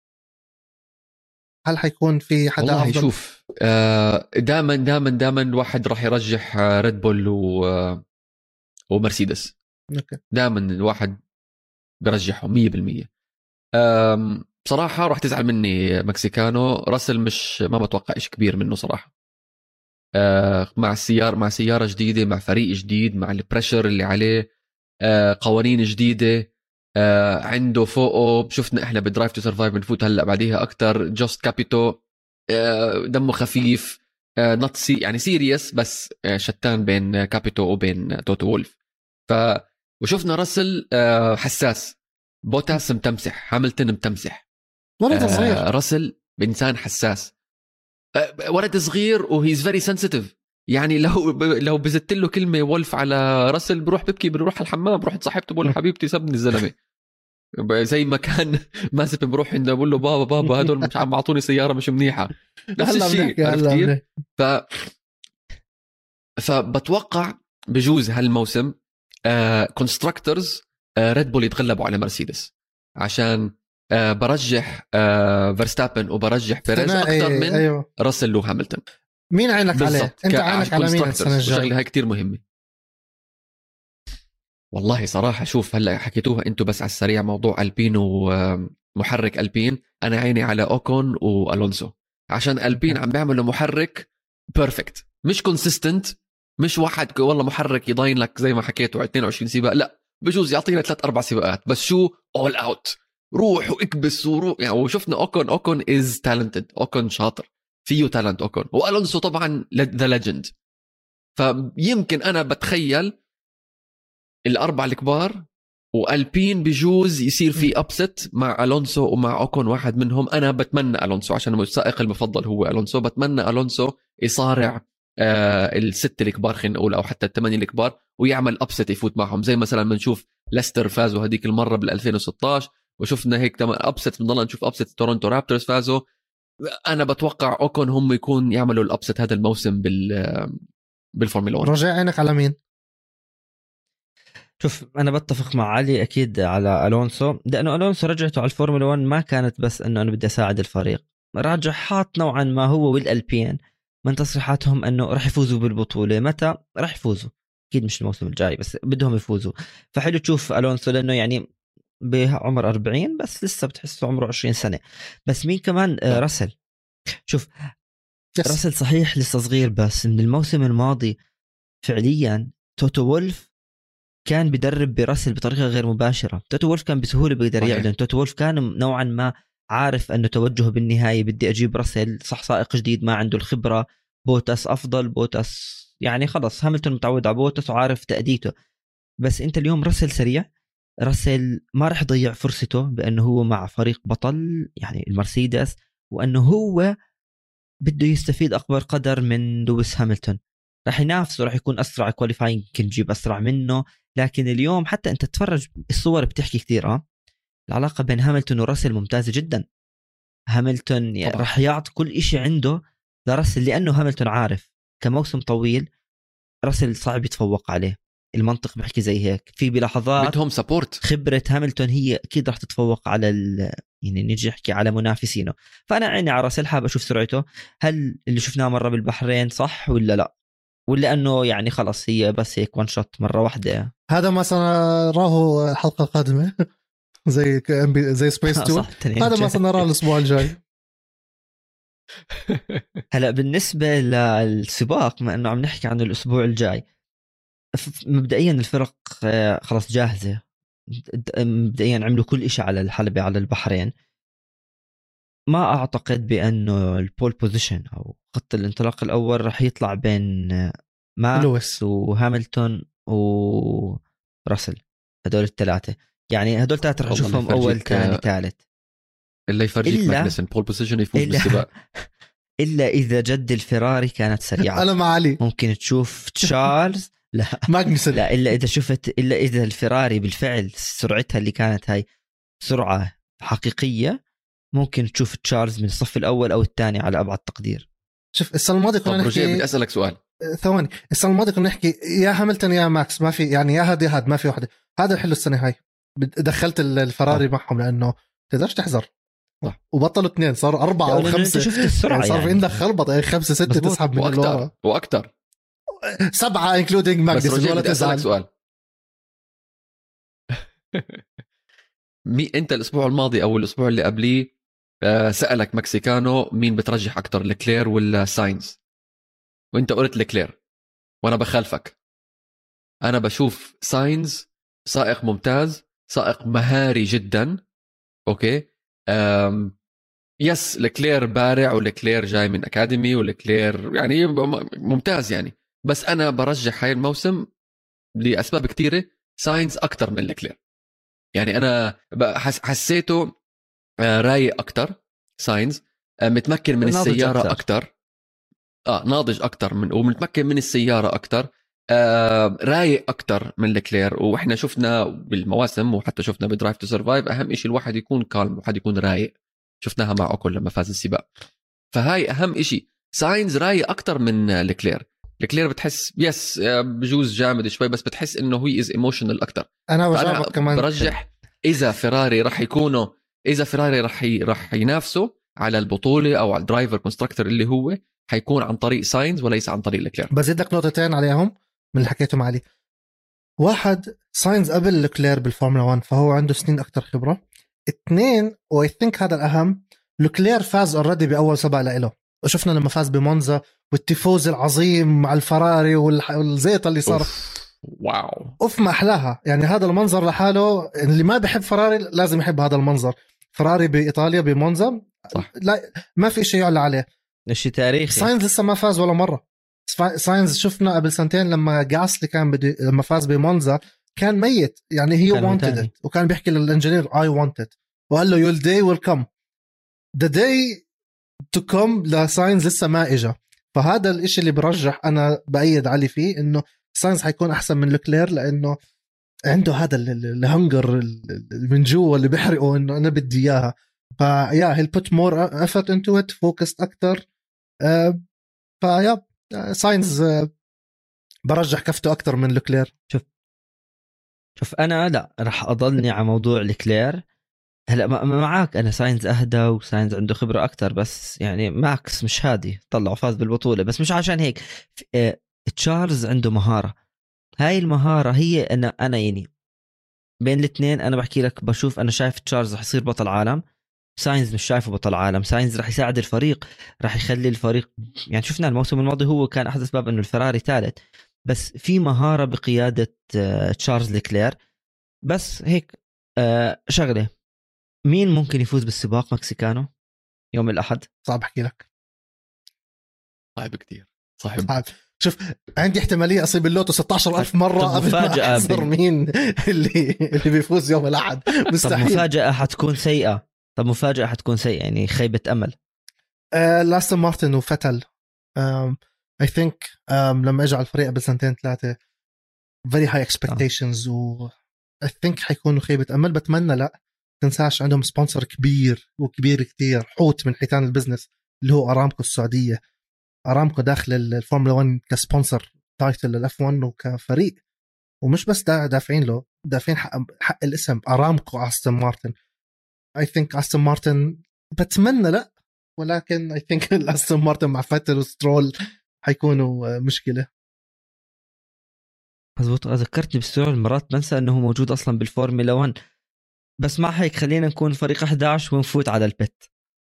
هل حيكون في حدا والله افضل؟ شوف دائما دائما دائما الواحد راح يرجح ريد بول و... ومرسيدس. اوكي دائما الواحد برجحهم مية بالمية. بصراحة راح تزعل مني مكسيكانو، راسل مش ما بتوقع إيش كبير منه صراحة. أه مع السيارة مع سيارة جديدة مع فريق جديد مع البريشر اللي عليه، أه قوانين جديدة، أه عنده فوقه شفنا إحنا بدرايف تو سرفايف بنفوت هلأ بعديها أكتر جوست كابيتو، أه دمه خفيف، أه نوت سي يعني سيريس، بس أه شتان بين كابيتو وبين توتو وولف. ف وشفنا راسل أه حساس، بوتاس متمسح، هاملتون متمسح، ولد صغير. آه راسل بإنسان حساس، آه ولد صغير وهيز فيري سنسيتيف. يعني لو ب... لو بزت له كلمة وولف على راسل بروح ببكي، بروح الحمام، بروح صاحبته بقول حبيبتي سبني الزلمة. زي ما كان مازن بروح عنده بقول له بابا بابا هدول مش عم يعطوني سيارة مش منيحة، نفس الشيء عرفت. ف فبتوقع بجوز هالموسم كونستراكتورز ريد بول يتغلبوا على مرسيدس، عشان أه برجح أه فيرستابن وبرجح بيريز اكثر من أيوه. راسل وهاملتون. مين عينك عليه؟ انت عينك على مين السنه الجايه؟ الشغله هاي كتير مهمه والله صراحه. شوف هلا حكيتوها انتم بس على السريع، موضوع البين ومحرك البين، انا عيني على اوكون والونسو، عشان البين عم بيعملوا محرك بيرفكت، مش كونسيستنت، مش واحد والله محرك يضاين لك زي ما حكيتوا اثنين وعشرين سباق، لا بجوز يعطينا ثلاث اربع سباقات بس شو اول اوت، روح واكبس وروح يعني. وشفنا اوكون اوكون از تالنتد، اوكون شاطر فيه تالنت اوكون، والونسو طبعا ذا ليجند. فيمكن انا بتخيل الاربعه الكبار والبين بجوز يصير في ابست مع الونسو ومع اوكون واحد منهم. انا بتمنى الونسو عشان السائق المفضل هو الونسو، بتمنى الونسو يصارع آه الست الكبار خلينا نقول او حتى الثمانيه الكبار ويعمل ابست يفوت معهم، زي مثلا بنشوف ليستر فازوا هذيك المره بال ألفين وستة عشر وشفنا هيك ابست، بنضل نشوف ابست تورونتو رابترز فازوا. انا بتوقع اوكون هم يكون يعملوا الابست هذا الموسم بال بالفورمولا واحد. رجع عينك على مين؟ شوف أنا بتفق مع علي أكيد على ألونسو، لأنه ألونسو رجعته على الفورمولا واحد ما كانت بس أنه أنا بدي أساعد الفريق، راجعات نوعا ما هو والألبين من تصريحاتهم أنه راح يفوزوا بالبطولة. متى راح يفوزوا؟ أكيد مش الموسم الجاي، بس بدهم يفوزوا. فحلو تشوف ألونسو لأنه يعني بعمر أربعين بس لسه بتحسه عمره عشرين سنة. بس مين كمان؟ آه راسل. شوف يس. راسل صحيح لسه صغير، بس من الموسم الماضي فعليا توتو وولف كان بيدرب براسل بطريقة غير مباشرة. توتو وولف كان بسهولة بيقدر يعلن. توتو وولف كان نوعا ما عارف أنه توجهه بالنهاية بدي أجيب راسل، صح سائق جديد ما عنده الخبرة، بوتاس أفضل، بوتاس يعني خلص هاملتون متعود على بوتاس وعارف تأديته. بس أنت اليوم راسل سريع، راسل ما رح يضيع فرصته بأنه هو مع فريق بطل يعني المرسيدس، وأنه هو بده يستفيد أكبر قدر من لويس هاملتون. رح ينافسه، رح يكون أسرع كواليفاينج، يمكن يجيب أسرع منه. لكن اليوم حتى أنت تتفرج الصور بتحكي كثير. ها العلاقة بين هاملتون وراسل ممتازة جدا. هاملتون رح يعطي كل إشي عنده لراسل، لأنه هاملتون عارف كموسم طويل راسل صعب يتفوق عليه. المنطق بحكي زي هيك، في بلحظات بدهم سبورت. خبرة هاملتون هي أكيد رح تتفوق على ال... يعني نيجي نحكي على منافسينه. فأنا عيني على راسل، حاب أشوف سرعته. هل اللي شفناه مرة بالبحرين صح ولا لا، ولا أنه يعني خلص هي بس هيك وان شوت مرة واحدة؟ هذا ما سنراه الحلقة القادمة زي زي سبيس تون. هذا ما سنراه الأسبوع الجاي. هلا بالنسبة للسباق، ما أنه عم نحكي عن الأسبوع الجاي، مبدئيا الفرق خلاص جاهزة، مبدئيا عملوا كل إشي على الحلبة على البحرين. ما أعتقد بأنه البول بوزيشن أو خط الانطلاق الأول رح يطلع بين ماكس وهاملتون وراسل، هدول الثلاثة. يعني هدول الثلاثة رح نشوفهم أول ثاني ثالث. اللي يفرجيك ماجنسن بول بوزيشن يفوز إلا بالسباق. إلا إذا جد الفراري كانت سريعة. أنا مع علي. ممكن تشوف تشارلز لا ماجنسن. لا إلا إذا شفت إلا إذا الفراري بالفعل سرعتها اللي كانت هاي سرعة حقيقية، ممكن تشوف تشارلز من الصف الأول أو الثاني على أبعد تقدير. شوف السنة الماضية كنا نحكي، بدي أسألك سؤال ثواني. السنة الماضية كنا نحكي يا هاملتون يا ماكس، ما في يعني يا هاد يا هاد، ما في واحدة. هذا الحلو السنة هاي دخلت الفراري آه. معهم لأنه تقدرش تحذر. صح. وبطلوا اثنين صاروا أربعة أو خمسة. شفت السرعة يعني صار في يعني. عندك خربط يعني خمسة ستة تسحب من الورا وأكتر سبعة انكلودينج ماجنسون. ولا تسألك سؤال مي أنت الأسبوع الماضي أو الأسبوع اللي قبليه سألك مكسيكانو مين بترجح أكتر، لكلير ولا ساينز؟ وأنت قلت لكلير وأنا بخالفك. أنا بشوف ساينز سائق ممتاز، سائق مهاري جدا. أوكي أم يس لكلير بارع، ولكلير جاي من أكاديمي، ولكلير يعني ممتاز يعني. بس أنا برجح هاي الموسم لأسباب كتيرة ساينز أكتر من لكلير. يعني أنا حسيته رايق أكتر ساينز، متمكن من السيارة أكتر. أكتر آه ناضج أكتر من ومتمكن من السيارة أكتر، آه رايق أكتر من لكلير. وإحنا شفنا بالمواسم وحتى شفنا بدرايف تو سرفايف أهم إشي الواحد يكون كالم، الواحد يكون رايق. شفناها مع أوكل لما فاز السباق. فهاي أهم إشي. ساينز رايق أكتر من لكلير. لكلير بتحس يس بجوز جامد شوي، بس بتحس إنه هو إز إيموشنال أكتر. أنا بجرب كمان برجح إذا فيراري رح يكونوا إذا فيراري رح ي... رح ينافسوا على البطولة أو على الدرايفر كونستراكتور اللي هو حيكون عن طريق ساينز وليس عن طريق لكلير. بزيدك نقطتين عليهم من اللي حكيتهم علي. واحد، ساينز قبل لكلير بالفورمولا واحد فهو عنده سنين أكتر خبرة. اثنين، وي ثينك هذا الأهم، لكلير فاز اوريدي بأول سباق له، وشفنا لما فاز بمونزا والتيفوز العظيم مع الفراري والزيطة اللي صار. واو أوف ما أحلاها. يعني هذا المنظر لحاله اللي ما بيحب فراري لازم يحب هذا المنظر. فراري بإيطاليا بمونزا صح. لا ما في شيء يعلى عليه، شيء تاريخي. ساينز لسه ما فاز ولا مرة. ساينز شفنا قبل سنتين لما جاسلي كان بدي لما فاز بمونزا كان ميت، يعني هي wanted it. وكان بيحكي للانجينير I want it وقال له your day will come. the day to come لساينز لسه ما إجا. فهذا الاشي اللي برجح أنا بأيد علي فيه إنه ساينز حيكون أحسن من لكلير، لأنه عنده هذا الهنجر من جوا اللي بيحرقه إنه أنا بدي إياها. فيا he'll put more effort into it, focused أكتر. أه فيا ساينز أه برجح كفته أكتر من لكلير. شوف شوف انا لا راح اضلني على موضوع الكلير. هلا معاك انا ساينز اهدى وساينز عنده خبره اكثر، بس يعني ماكس مش هادي طلعوا فاز بالبطوله، بس مش عشان هيك. اه تشارلز عنده مهاره، هاي المهاره هي انا انا يعني بين الاثنين انا بحكي لك بشوف انا شايف تشارلز رح يصير بطل عالم، ساينز مش شايفه بطل عالم. ساينز رح يساعد الفريق، رح يخلي الفريق يعني شفنا الموسم الماضي هو كان احد اسباب انه الفراري ثالث، بس في مهاره بقياده اه تشارلز ليكلير. بس هيك اه شغله، مين ممكن يفوز بالسباق مكسيكانو يوم الأحد؟ صعب أحكي لك، صعب كتير صعب. صعب. شوف عندي احتمالية أصيب اللوتو ستة عشر ألف مرة قبل ما أحذر بال... مين اللي اللي بيفوز يوم الأحد. مستحيل. طب مفاجأة حتكون سيئة، طب مفاجأة حتكون سيئة يعني خيبة أمل. آه، لاستون مارتن وفتل I think um, لما اجى على الفريق قبل سنتين ثلاثة very high expectations آه. و I think حيكونوا خيبة أمل. بتمنى لا تنساش عندهم سبونسر كبير وكبير كتير، حوت من حيتان البزنس اللي هو أرامكو السعودية. أرامكو داخل الفورمولا واحد كسبونسر تايتل للأف واحد وكفريق، ومش بس دا دافعين له، دافعين حق, حق الاسم أرامكو أستون مارتن. I think أستون مارتن بتمنى لا، ولكن I think الأستون مارتن مع فاتل وسترول حيكونوا مشكلة. مزبوط، ذكرتني بسترول مرات بنسى أنه موجود أصلا بالفورمولا واحد. بس مع هيك خلينا نكون فريق أحد عشر ونفوت على البت.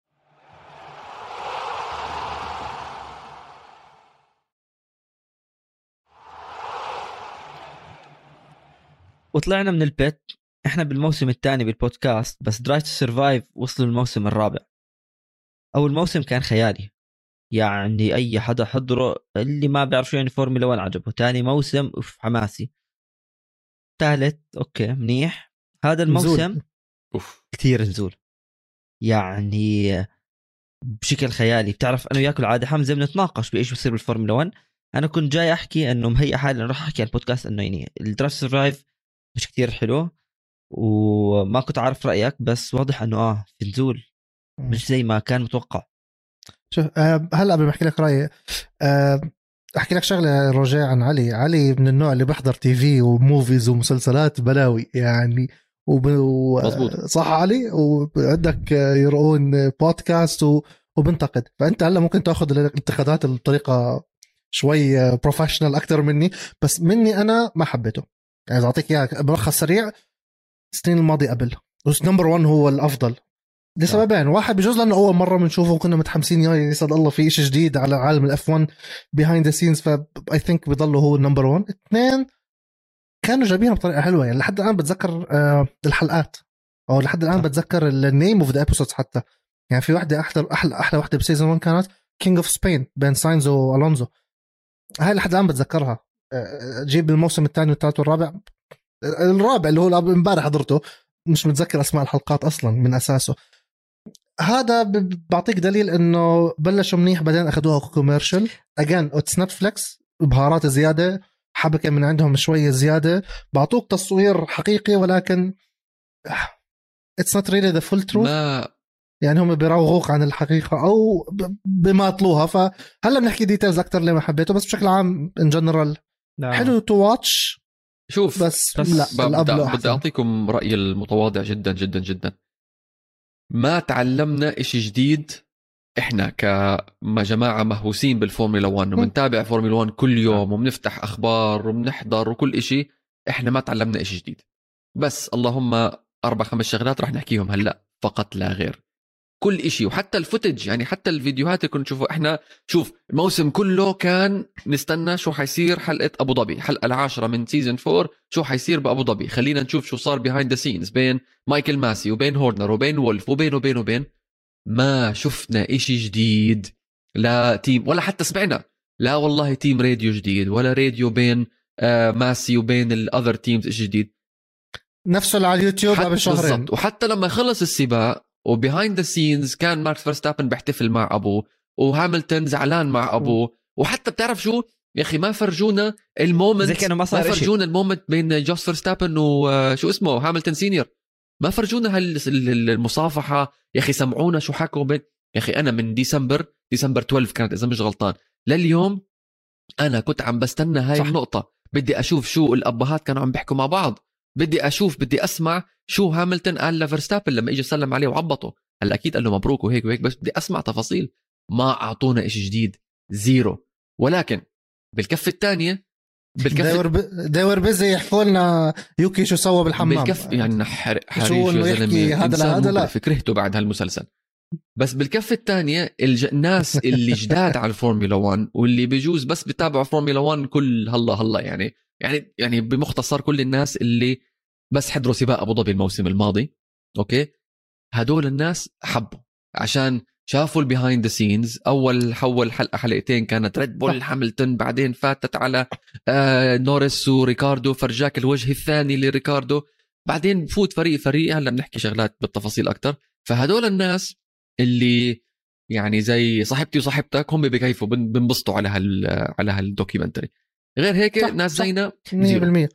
وطلعنا من البيت احنا بالموسم الثاني بالبودكاست، بس درايف تو سرفايف وصلوا الموسم الرابع. اول موسم كان خيالي، يعني اي حدا حضره اللي ما بيعرف شو يعني فورمولا واحد عجبه. ثاني موسم اوف حماسي، ثالث اوكي منيح. هذا الموسم اوف كثير نزول يعني بشكل خيالي. بتعرف انا وياك العاده حمزه بنتناقش بايش بصير بالفورمولا واحد. انا كنت جاي احكي انه مهيئ حالي راح احكي على البودكاست انه يعني الدرايف تو سرفايف مش كتير حلو، وما كنت عارف رأيك، بس واضح انه اه في نزول مش زي ما كان متوقع. شوف أه هلا قبل ما احكي لك رأيي أه احكي لك شغله رجاء عن علي. علي من النوع اللي بحضر تي في وموفيز ومسلسلات بلاوي يعني، وب... و... صح علي، وعندك يرؤون بودكاست و... وبنتقد. فانت هلا ممكن تاخذ الانتقادات بطريقه شوي بروفيشنال اكثر مني، بس مني انا ما حبيته. يعني اعطيك اياها ملخص سريع. السنين الماضيه قبل نمبر واحد هو الافضل لسببين. واحد بجوز لانه اول مره بنشوفه وكنا متحمسين يا يسعد الله في شيء جديد على عالم الاف واحد بيهايند ذا سينز، ف اي ثينك بيضله هو النمبر واحد. اثنين كانوا جايبينها بطريقه حلوه، يعني لحد الان بتذكر آه الحلقات، او لحد الان بتذكر النيم اوف ذا ابيسودز حتى. يعني في واحده احلى احلى احلى واحده بسيزون واحد كانت كينج اوف سبين بين ساينز والونزو، هاي لحد الان بتذكرها. آه جيب الموسم الثاني والثالث والرابع، الرابع اللي هو امبارح حضرته مش متذكر اسماء الحلقات اصلا من اساسه. هذا بعطيك دليل انه بلشوا منيح بعدين اخذوها كوميرشل اجين. اتس نتفليكس بهارات زياده، حبكه من عندهم شويه زياده، بعطوك تصوير حقيقي، ولكن اتس نوت ريلي ذا فول تروث. يعني هم بيراوغوك عن الحقيقه او بماطلوها. فهلا بنحكي ديتيلز اكثر اللي ما حبيته، بس بشكل عام ان جنرال حلو تو واتش. شوف بس, بس لا بدي بدي اعطيكم رايي المتواضع جدا جدا جدا. ما تعلمنا إشي جديد إحنا كجماعة مهووسين بالفورمولا واحد ومنتابع فورمولا واحد كل يوم وبنفتح أخبار وبنحضر وكل إشي. إحنا ما تعلمنا إشي جديد، بس اللهم أربع خمس شغلات رح نحكيهم هلأ فقط لا غير. كل إشي وحتى الفوتج، يعني حتى الفيديوهات اللي كنا نشوفه إحنا. شوف الموسم كله كان نستنى شو حيصير حلقة أبو ظبي، حلقة العاشرة من سيزن فور، شو حيصير بأبو ظبي. خلينا نشوف شو صار behind the scenes بين مايكل ماسي وبين هورنر وبين وولف وبين وبين وبين. ما شفنا إشي جديد، لا تيم ولا حتى سمعنا، لا والله تيم راديو جديد ولا راديو بين آه ماسي وبين الأذر تيمز إشي جديد. نفسه اللي على اليوتيوب قبل شهرين. وحتى لما خلص السباق وبيهايند ذا سينز كان ماركس فيرستابن بيحتفل مع ابوه وهاملتون زعلان مع ابوه. وحتى بتعرف شو يا اخي ما فرجونا المومنت، ما, ما فرجونا المومنت بين جوس فيرستابن وشو اسمه هاملتون سينيور. ما فرجونا هالمصافحه يا اخي. سمعونا شو حكوا بين يا اخي. انا من ديسمبر ديسمبر اثناشر كانت اذا مش غلطان لليوم انا كنت عم بستنى هاي صح. النقطه بدي اشوف شو الابهات كانوا عم بيحكوا مع بعض. بدي اشوف بدي اسمع شو هاملتون قال لفيرستابن لما اجى سلم عليه وعبطه. هلا اكيد قال له مبروك وهيك وهيك، بس بدي اسمع تفاصيل. ما اعطونا إشي جديد، زيرو. ولكن بالكفه الثانيه بالكف داور بيزي يحكوا لنا يوكي شو سوى بالحمام بالكف يعني حرق حريش شو انه يحكي هذا هذا لا فكرهته بعد هالمسلسل. بس بالكفه الثانيه الج... الناس اللي جداد على الفورمولا واحد واللي بيجوز بس بتابعوا فورمولا واحد كل هلا هلا يعني يعني يعني بمختصر كل الناس اللي بس حضروا سباق ابو ظبي الموسم الماضي، اوكي، هدول الناس حبوا عشان شافوا البيهايند ذا سينز. اول حول حلقه حلقتين كانت ريد بول هاملتون، بعدين فاتت على آه نوريس وريكاردو، فرجاك الوجه الثاني لريكاردو، بعدين بفوت فريق فريق. هلا بنحكي شغلات بالتفاصيل اكتر. فهدول الناس اللي يعني زي صاحبتي وصاحبتك هم بكيفوا بنبسطوا على هال على هالدوكيومنتري. غير هيك صح ناس زينا مية بالمية.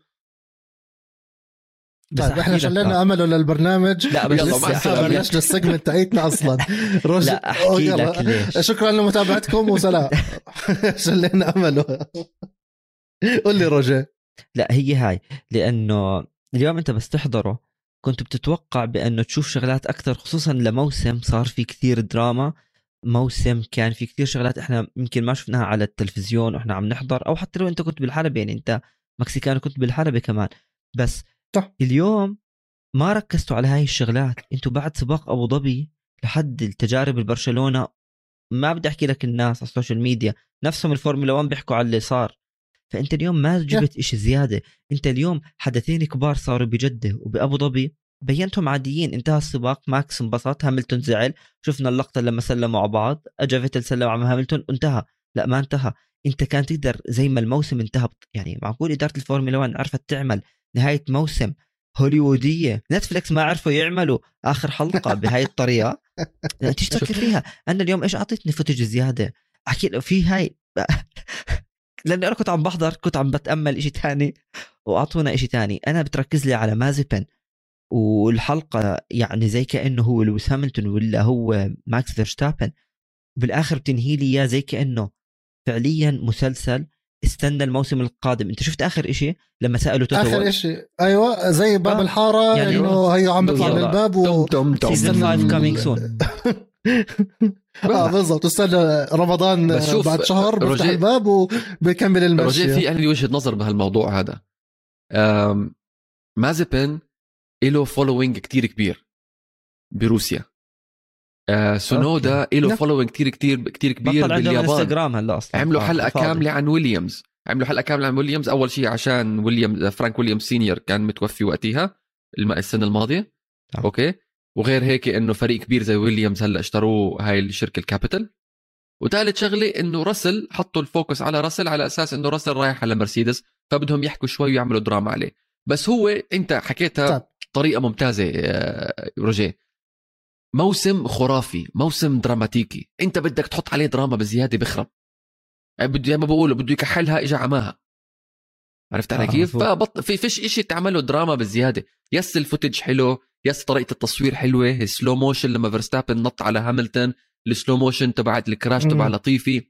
طيب احنا شلنا امله للبرنامج. لا بس لسه بلشنا السيجمنت تاعتنا اصلا. روجي لا احكي لك ليش. شكرا لمتابعتكم وسلام. شلنا امله. قول لي روجي. لا هي هاي لانه اليوم انت بس تحضره كنت بتتوقع بانه تشوف شغلات اكثر، خصوصا لموسم صار في كثير دراما، موسم كان في كثير شغلات احنا يمكن ما شفناها على التلفزيون واحنا عم نحضر، او حتى لو انت كنت بالحلبة، يعني انت مكسيكان كنت بالحلبة كمان. بس صح. اليوم ما ركزتوا على هاي الشغلات. انتوا بعد سباق ابو ظبي لحد التجارب البرشلونة ما بدي احكي لك الناس على السوشيال ميديا نفسهم الفورمولا واحد بيحكوا على اللي صار. فانت اليوم ما جبت اشي زيادة. انت اليوم حدثين كبار صاروا بجدة وبأبو ظبي بينتهم عاديين. انتهى السباق، ماكس انبسط، هاملتون زعل، شفنا اللقطة لما سلموا على بعض، اجا فيتل سلم على هاملتون وانتهى. لا ما انتهى. انت كان تقدر زي ما الموسم انتهى، يعني معقول ادارة الفورمولا واحد عرفت تعمل نهاية موسم هوليوودية؟ نتفليكس ما عرفوا يعملوا آخر حلقة بهاي الطريقة. انت تفكر فيها. انا اليوم ايش اعطيتني فوتج زيادة احكي في هاي لأني أنا كنت عم بحضر، كنت عم بتأمل إشي تاني وأعطونا إشي تاني. أنا بتركز لي على مازيبن والحلقة يعني زي كأنه هو لويس هاملتون ولا هو ماكس فيرستابن، بالآخر بتنهي لي إياه زي كأنه فعليا مسلسل استنى الموسم القادم. أنت شفت آخر إشي لما سألوا توتو آخر إشي أيوة زي باب آه. الحارة يعني إنه هي عم بيطلع من الباب و سيزن خمسة coming soon. اه بالضبط. استنى رمضان بعد شهر بفتح الباب وبيكمل المشي. رجع في أهلي وجهة نظر بهالموضوع هذا. مازيبن له فولوينج كتير كبير بروسيا. آه سونودا له فولوينج كتير كتير كتير كبير باليابان. انستغرام هلا اصلا عملوا حلقة فاضي. كاملة عن ويليامز. عملوا حلقة كاملة عن ويليامز. أول شيء عشان ويليام فرانك ويليامز سينيور كان متوفي وقتها السنة الماضية. آه. أوكي. وغير هيك إنه فريق كبير زي ويليامز هلا اشتروه هاي الشركة الكابيتال. وثالث شغلة إنه راسل حطوا الفوكس على راسل على أساس إنه راسل رايح على مرسيدس، فبدهم يحكوا شوي ويعملوا دراما عليه. بس هو أنت حكيتها طب. طريقة ممتازة روجيه. موسم خرافي، موسم دراماتيكي، أنت بدك تحط عليه دراما بزيادة بخرب. بدي ما بقوله بده يكحلها إجا عماها. عرفت علي كيف؟ فبط في فيش إشي تعمله دراما بزيادة. يس الفوتج حلو، يس طريقة التصوير حلوة، السلو موشن لما فيرستابن نط على هاملتون، السلو موشن تبع الكراش تبع لطيفي،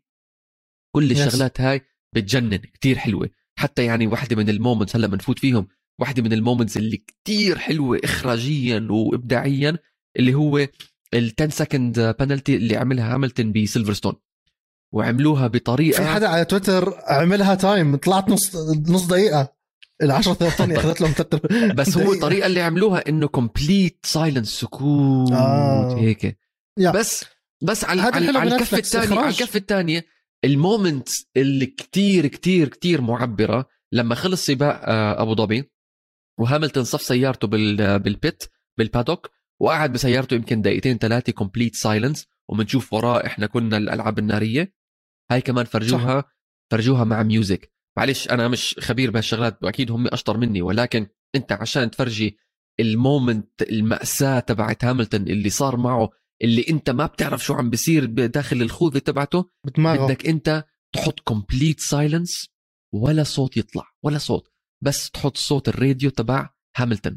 كل الشغلات هاي بتجنن كتير حلوة. حتى يعني واحدة من المومنتس هلا بنفوت فيهم، واحدة من المومنتس اللي كتير حلوة إخراجيا وإبداعيا اللي هو التن سكند بانلتي اللي عملها هاملتون بسيلفرستون، وعملوها بطريقة في حدا على تويتر عملها تايم طلعت نص نص دقيقة، العشرة ثانية أخذت لهم ثلاث بس هو الطريقة اللي عملوها إنه كومبليت سايلنس سكوت آه. هيك يا. بس بس على على, على الكفة الثانية على الكفة الثانية المومنت اللي كتير كتير كتير معبرة لما خلص سباق أبو ظبي وهاملتون صف سيارته بال بالبيت بالبادوك وقعد بسيارته يمكن دقيقتين ثلاثة كومبليت سايلنس، ومنشوف وراه إحنا كنا الألعاب النارية هاي كمان فرجوها صح. فرجوها مع ميوزك. معلش أنا مش خبير بهالشغلات وأكيد هم أشطر مني، ولكن أنت عشان تفرجي المومنت المأساة تبعت هاملتون اللي صار معه اللي أنت ما بتعرف شو عم بيصير بداخل الخوذة تبعته بتماغه. بدك أنت تحط كومبليت سايلنس ولا صوت يطلع ولا صوت، بس تحط صوت الراديو تبع هاملتون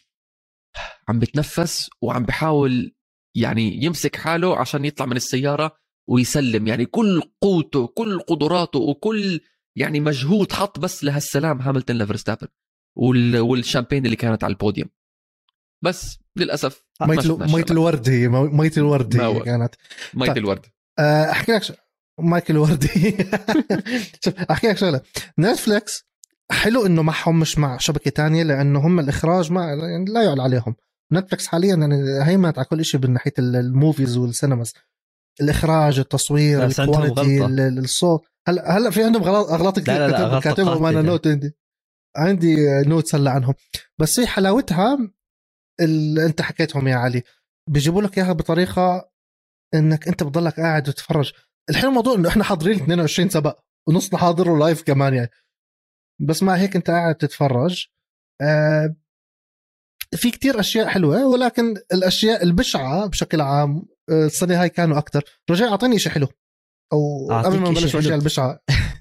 عم بتنفس وعم بحاول يعني يمسك حاله عشان يطلع من السيارة ويسلم، يعني كل قوته كل قدراته وكل يعني مجهود حط بس لهالسلام هاملتون لفيرستابن. وال... والشامبين اللي كانت على البوديوم. بس للاسف مية الورد هي مية الورد هي كانت مية طيب. الورد. احكي لك مايكل وردي. احكي لك شغله. نتفليكس حلو انه معهم مش مع شبكه تانية لانه هم الاخراج ما يعني لا يعلى عليهم. نتفليكس حاليا يعني هيمنت على كل شيء من ناحيه الموفيز والسينماز، الاخراج، التصوير، الكواليتي، الصوت. هلا هلا في عندهم اغلاط كثير كاتبهم انا نوت عندي عندي نوتس هلا عنهم. بس هي حلاوتها اللي انت حكيتهم يا علي، بيجيبوا لك اياها بطريقه انك انت بتضلك قاعد وتتفرج. الحين الموضوع انه احنا حاضرين اثنين وعشرين سبق ونصنا حاضر لايف كمان يعني، بس ما هيك انت قاعد تتفرج. آه في كتير اشياء حلوه، ولكن الاشياء البشعه بشكل عام السنه هاي كانوا اكتر. رجاء اعطيني شيء حلو او قبل ما نبلش الاشياء البشعه.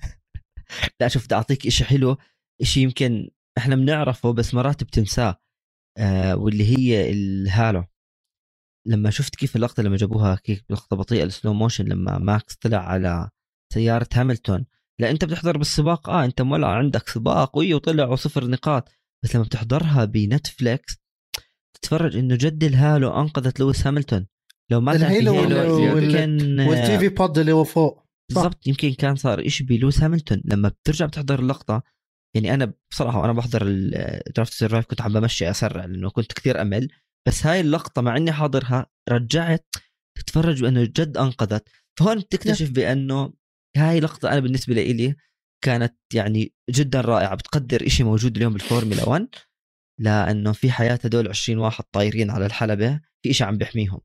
لا شوف بدي اعطيك شيء حلو، شيء يمكن احنا بنعرفه بس مرات بتنساه. آه واللي هي الهالو. لما شفت كيف اللقطة لما جابوها كيف لقطة بطيئة السلو موشن لما ماكس طلع على سيارة هاملتون، لا انت بتحضر بالسباق اه انت مولع عندك سباق وي وطلع وصفر نقاط، بس لما بتحضرها بنتفليكس تتفرج انه جد الهالو انقذت لويس هاملتون. لو ما كان الهيلو يمكن والتي في بود اللي هو فوق بالضبط يمكن كان صار إشي بلويس هاملتون. لما بترجع بتحضر اللقطة يعني انا بصراحة وانا بحضر الدرافت سيرفايف كنت عم بمشي اسرع لانه كنت كثير امل، بس هاي اللقطة مع اني حاضرها رجعت تتفرج بانه جد انقذت. فهون بتكتشف بانه هاي لقطة انا بالنسبة لي كانت يعني جدا رائعة، بتقدر اشي موجود اليوم بالفورمولا واحد لانه في حياة هدول عشرين واحد طايرين على الحلبة في اشي عم بيحميهم.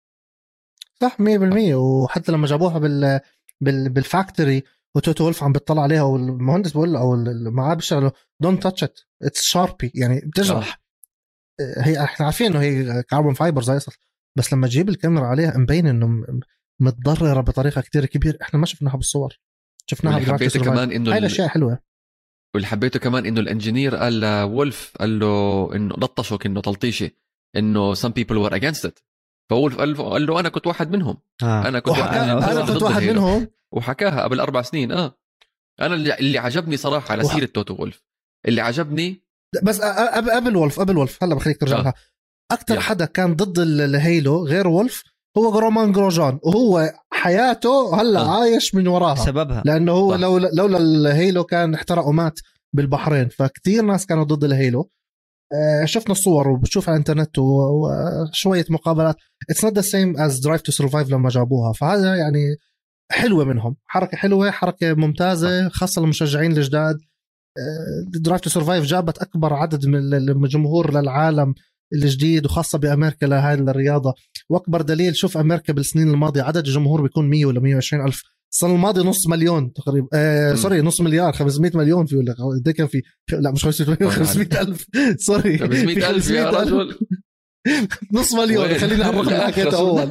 صح مية بالمية. وحتى لما جابوها بال بال بالفاكتوري وتوتو وولف عم بيطلع عليها والمهندس بقول له او معاه بيشتغلوا دونت تاتش ات اتس شاربي يعني بتجرح. هي احنا عارفين انه هي كاربون فايبر زي اصل، بس لما تجيب الكاميرا عليها مبين انه متضرره بطريقه كتير كبيره. احنا ما شفناها بالصور، شفناها بالحبيته كمان انه هاي الاشياء حلوه. واللي حبيته كمان انه الانجينير قال لولف قال له انه لطشك انه تلطيشه انه some people were against it، فولف قال له قال له انا كنت واحد منهم. آه. انا كنت وحكا... واحد, أنا أنا كنت واحد منهم وحكاها قبل اربع سنين. اه انا اللي, اللي عجبني صراحه على سيره وح... توتو وولف اللي عجبني بس قبل وولف قبل وولف هلا بخليك ترجع لها. اكثر يلا. حدا كان ضد الهيلو غير وولف هو رومان جروجان، وهو حياته هلا آه. عايش من وراها سببها، لانه هو لو لولا الهيلو كان احترق ومات بالبحرين. فكتير ناس كانوا ضد الهيلو. آه شفنا الصور وبتشوف على الانترنت وشويه مقابلات. اتس نوت ذا سيم از درايف تو سرفايف لما جابوها. فهذا يعني حلوه منهم، حركه حلوه، حركه ممتازه خاصه للمشجعين الجداد. درايف تو سرفايف جابت اكبر عدد من الجمهور للعالم الجديد وخاصه بامريكا لهاي الرياضه. واكبر دليل شوف امريكا بالسنين الماضيه عدد الجمهور بيكون مية ولا مية وعشرين الف. السنه الماضيه نص مليون تقريبا. آه سوري نص مليار خمسمية مليون في ولا ده كان في لا مش خمسمية مليون خمسمية الف سوري خمسمية الف يا رجل نص مليون. خلينا نعرف الحكايه اول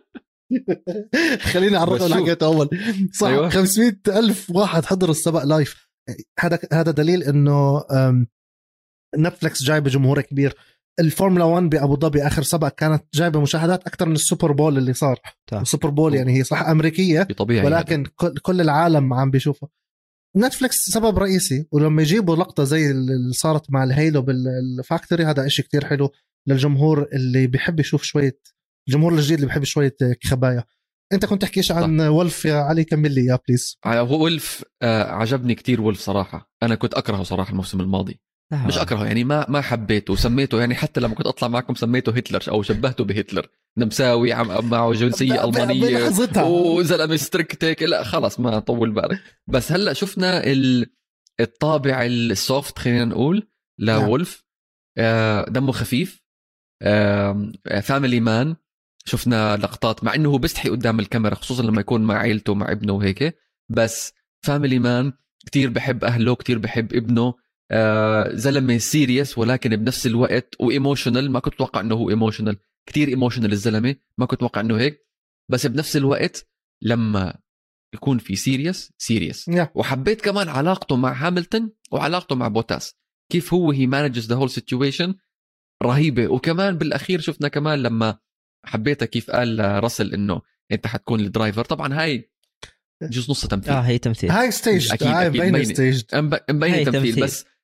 خلينا نعرف الحكايه اول صح. أيوة. خمسمية الف واحد حضر السباق لايف. هذا هذا دليل انه نتفليكس جايبه جمهور كبير. الفورمولا واحد بأبو ظبي آخر سبق كانت جايبة مشاهدات أكتر من السوبر بول اللي صار. السوبر بول يعني هي صح أمريكية ولكن هذا. كل العالم عم بيشوفها. نتفليكس سبب رئيسي، ولما يجيبوا لقطة زي اللي صارت مع الهيلو بالفاكتوري هذا إشي كتير حلو للجمهور اللي بيحب يشوف شوية، الجمهور الجديد اللي بيحب شوية خبايا. أنت كنت تحكيش عن وولف يا علي، كمل لي يا بليز. وولف آه عجبني كتير وولف صراحة. أنا كنت أكرهه صراحة الموسم الماضي. مش أكرهه يعني ما ما حبيته وسميته يعني حتى لما كنت أطلع معكم سميته هتلر أو شبهته بهتلر نمساوي عم معه جنسية ألمانية وزلمة ستريكتك. لا خلاص ما طول بالك. بس هلأ شفنا الطابع السوفت خلينا نقول لولف. آه دمه خفيف. آه فاميلي مان. شفنا لقطات مع إنه هو بيستحي قدام الكاميرا خصوصا لما يكون مع عائلته مع ابنه وهيك، بس فاميلي مان كتير بحب أهله كتير بحب ابنه. آه زلمة سيريس ولكن بنفس الوقت وإيموشنال. ما كنت أتوقع أنه هو إيموشنال، كتير إيموشنال الزلمة، ما كنت أتوقع أنه هيك. بس بنفس الوقت لما يكون في سيريس سيريس yeah. وحبيت كمان علاقته مع هاملتون وعلاقته مع بوتاس كيف هو he manages the whole situation رهيبة. وكمان بالأخير شفنا كمان لما حبيتها كيف قال راسل إنه أنت حتكون الدرايفر. طبعا هاي جزء نص تمثيل. اه هي تمثيل هاي ستيج أكيد هاي أكيد مبين ستيج مبين تمثيل. بس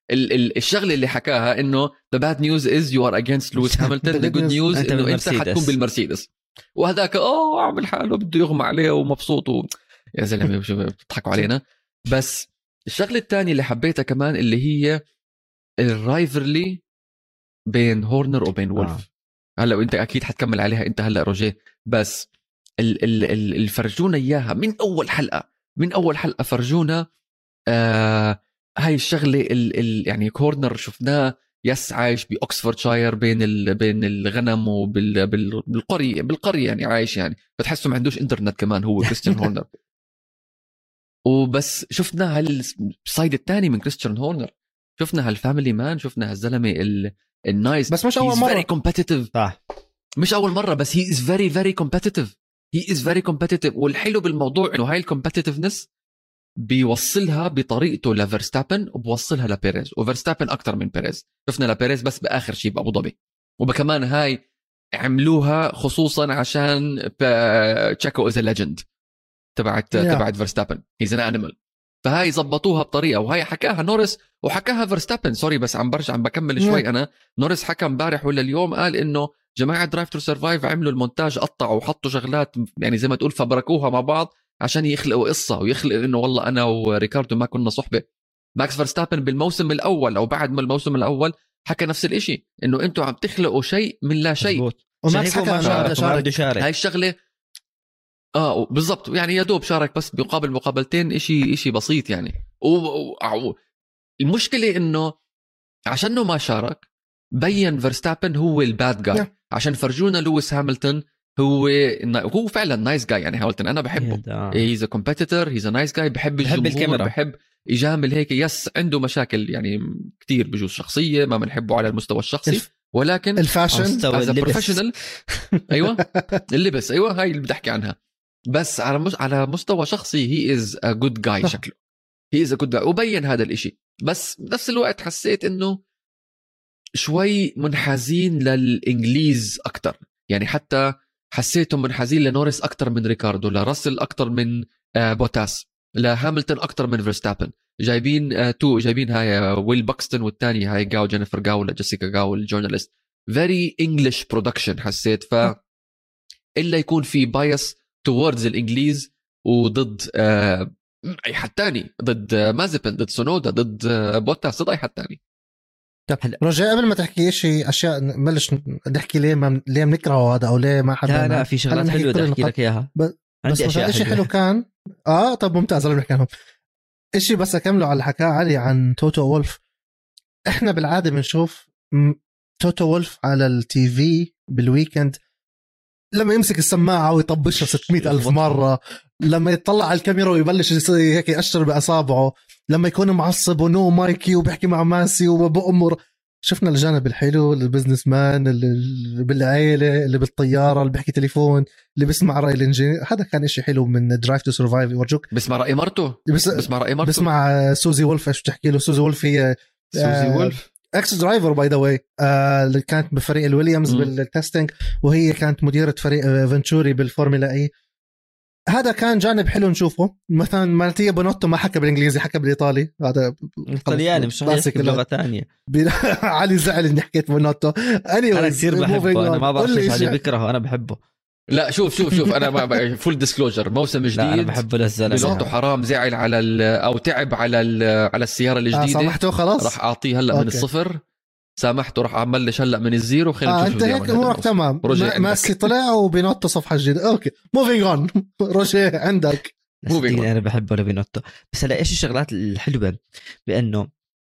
ال- ال- الشغله اللي حكاها انه the bad news is you are against Lewis Hamilton the good news أنت انه انت بالمرسيدس. حتكون بالمرسيدس. وهذاك اه عامل حاله بده يغمى عليه ومبسوط و... يا زلمه شو بتضحكوا علينا. بس الشغله الثانيه اللي حبيتها كمان اللي هي الرايفرلي بين هورنر وبين وولف. آه. هلا وانت اكيد حتكمل عليها انت هلا روجيه، بس ال- ال- ال- الفرجونا اياها من اول حلقه من اول حلقه فرجونا آه هاي الشغله ال ال يعني كورنر شفناه يس عايش باوكسفوردشاير بين ال بين الغنم وبال بال بالقريه بالقريه يعني عايش يعني بتحسه ما عندوش انترنت كمان هو كريستيان هورنر. وبس شفنا هالسايد الثاني من كريستيان هورنر، شفنا هالفاميلي مان، شفنا هالزلمه النايس بس مش اول مره كومبتيتيف. صح مش اول مره بس هي از فيري فيري كومبتيتيف هي از فيري كومبتيتيف. والحلو بالموضوع انه هاي الكومبتيتيفنس بيوصلها بطريقته لفيرستابن وبوصلها لبيريز، وفيرستابن اكتر من بيريز. شفنا لبيريز بس باخر شيء بابو ظبي، وبكمان هاي عملوها خصوصا عشان تشاكو از ليجند تبعت yeah. تبعت فيرستابن هيز ان انيمال. فهاي زبطوها بطريقه، وهي حكاها نورس وحكاها فيرستابن. سوري بس عم برجع عم بكمل شوي. yeah. انا نورس حكى امبارح ولا اليوم قال انه جماعه درايف تو سرفايف عملوا المونتاج، قطعوا وحطوا شغلات يعني زي ما تقول فبركوها مع بعض عشان يخلقوا قصه ويخلق انه والله انا وريكاردو ما كنا صحبه. ماكس فيرستابن بالموسم الاول او بعد ما الموسم الاول حكى نفس الاشي، انه انتم عم تخلقوا شيء من لا شيء. وماكس حكى ما شارك شارك هاي الشغله اه بالضبط، يعني يا دوب شارك بس بمقابل مقابلتين، اشي اشي بسيط يعني. والمشكله انه عشانه ما شارك بين فيرستابن هو الباد جاي yeah. عشان فرجونا لويس هاملتون هو هو فعلا نايس جاي. يعني هاملتون انا بحبه، هيز ا كومبيتيتور، هيز ا نايس جاي، بحب الجمهور، بحب يجامل هيك. يس عنده مشاكل يعني كتير بجوز شخصيه ما بنحبه على المستوى الشخصي، ولكن الفاشن از بروفيشنال ايوه اللبس ايوه هاي اللي بدي احكي عنها. بس على مس... على مستوى شخصي هي از ا جود جاي، شكله هي از ا جود جاي وبين هذا الاشي. بس بنفس الوقت حسيت انه شوي منحازين للإنجليز أكتر، يعني حتى حسيتهم منحازين لنورس أكتر من ريكاردو، لراسل أكتر من بوتاس، لهاملتون أكتر من فيرستابن. جايبين تو جايبين هاي ويل باكستون والتاني هاي جاو جينيفر جاو لجيسيكا جاو الجورناليست. very English production حسيت. ف إلا يكون في بايس towards الإنجليز وضد أي حد تاني، ضد مازبن، ضد سونودا، ضد بوتاس، ضد أي حد تاني. رجاء قبل ما تحكي شيء اشياء نبلش نحكي ليه ما ليه بنكرهه هذا او ليه ما حدا. لا لا في شغلات حلوه بدي احكي لك اياها. ب... عندي اشياء شيء حلو كان اه طب ممتاز. انا بنحكي عنهم شيء بس اكمله على حكاه علي عن توتو وولف. احنا بالعاده بنشوف توتو وولف على التي في بالويكند لما يمسك السماعه ويطبشها ستمئة ألف مره، لما يطلع على الكاميرا ويبلش هيك يأشر باصابعه، لما يكون معصب ونو مايكي وبيحكي مع ماسي وبأمر. شفنا الجانب الحلو، البزنس مان اللي بالعائله، اللي بالطياره، اللي بيحكي تليفون، اللي بيسمع راي الانجينير. هذا كان إشي حلو من درايف تو سرفايف. يورجوك بسمع راي مرته، بس... بسمع راي مرته، بسمع سوزي وولف ايش بتحكي له. سوزي وولف هي سوزي آه... وولف اكس درايفر باي ذا واي، اللي كانت بفريق الويليامز بالتستنج، وهي كانت مديره فريق فنتوري بالفورمولا اي. هذا كان جانب حلو نشوفه. مثلا مارتيا بونوتو ما حكى بالانجليزي، حكى بالايطالي. هذا الطلياني مش حيحكي بلغه ثانيه. علي زعل اني حكيت بونوتو. انا انا كثير بحبه، انا ما بعرف ليش علي بكرهه، انا بحبه. لا شوف شوف شوف انا فول ديسكلوجر، موسم جديد انا بحبه للزلمه. بلوتو حرام زعل على او تعب على على السياره الجديده. آه سامحته خلاص، راح اعطيه هلا من الصفر. سامحته راح اعمل هلا من الزيرو. خلينا آه نشوف. انت هيك امورك تمام. ماسي طلع وبينوتو صفحه جديده. اوكي موفينج اون. روجيه عندك. انا بحبه لبينوتو. بس هلا ايش الشغلات الحلوه بانه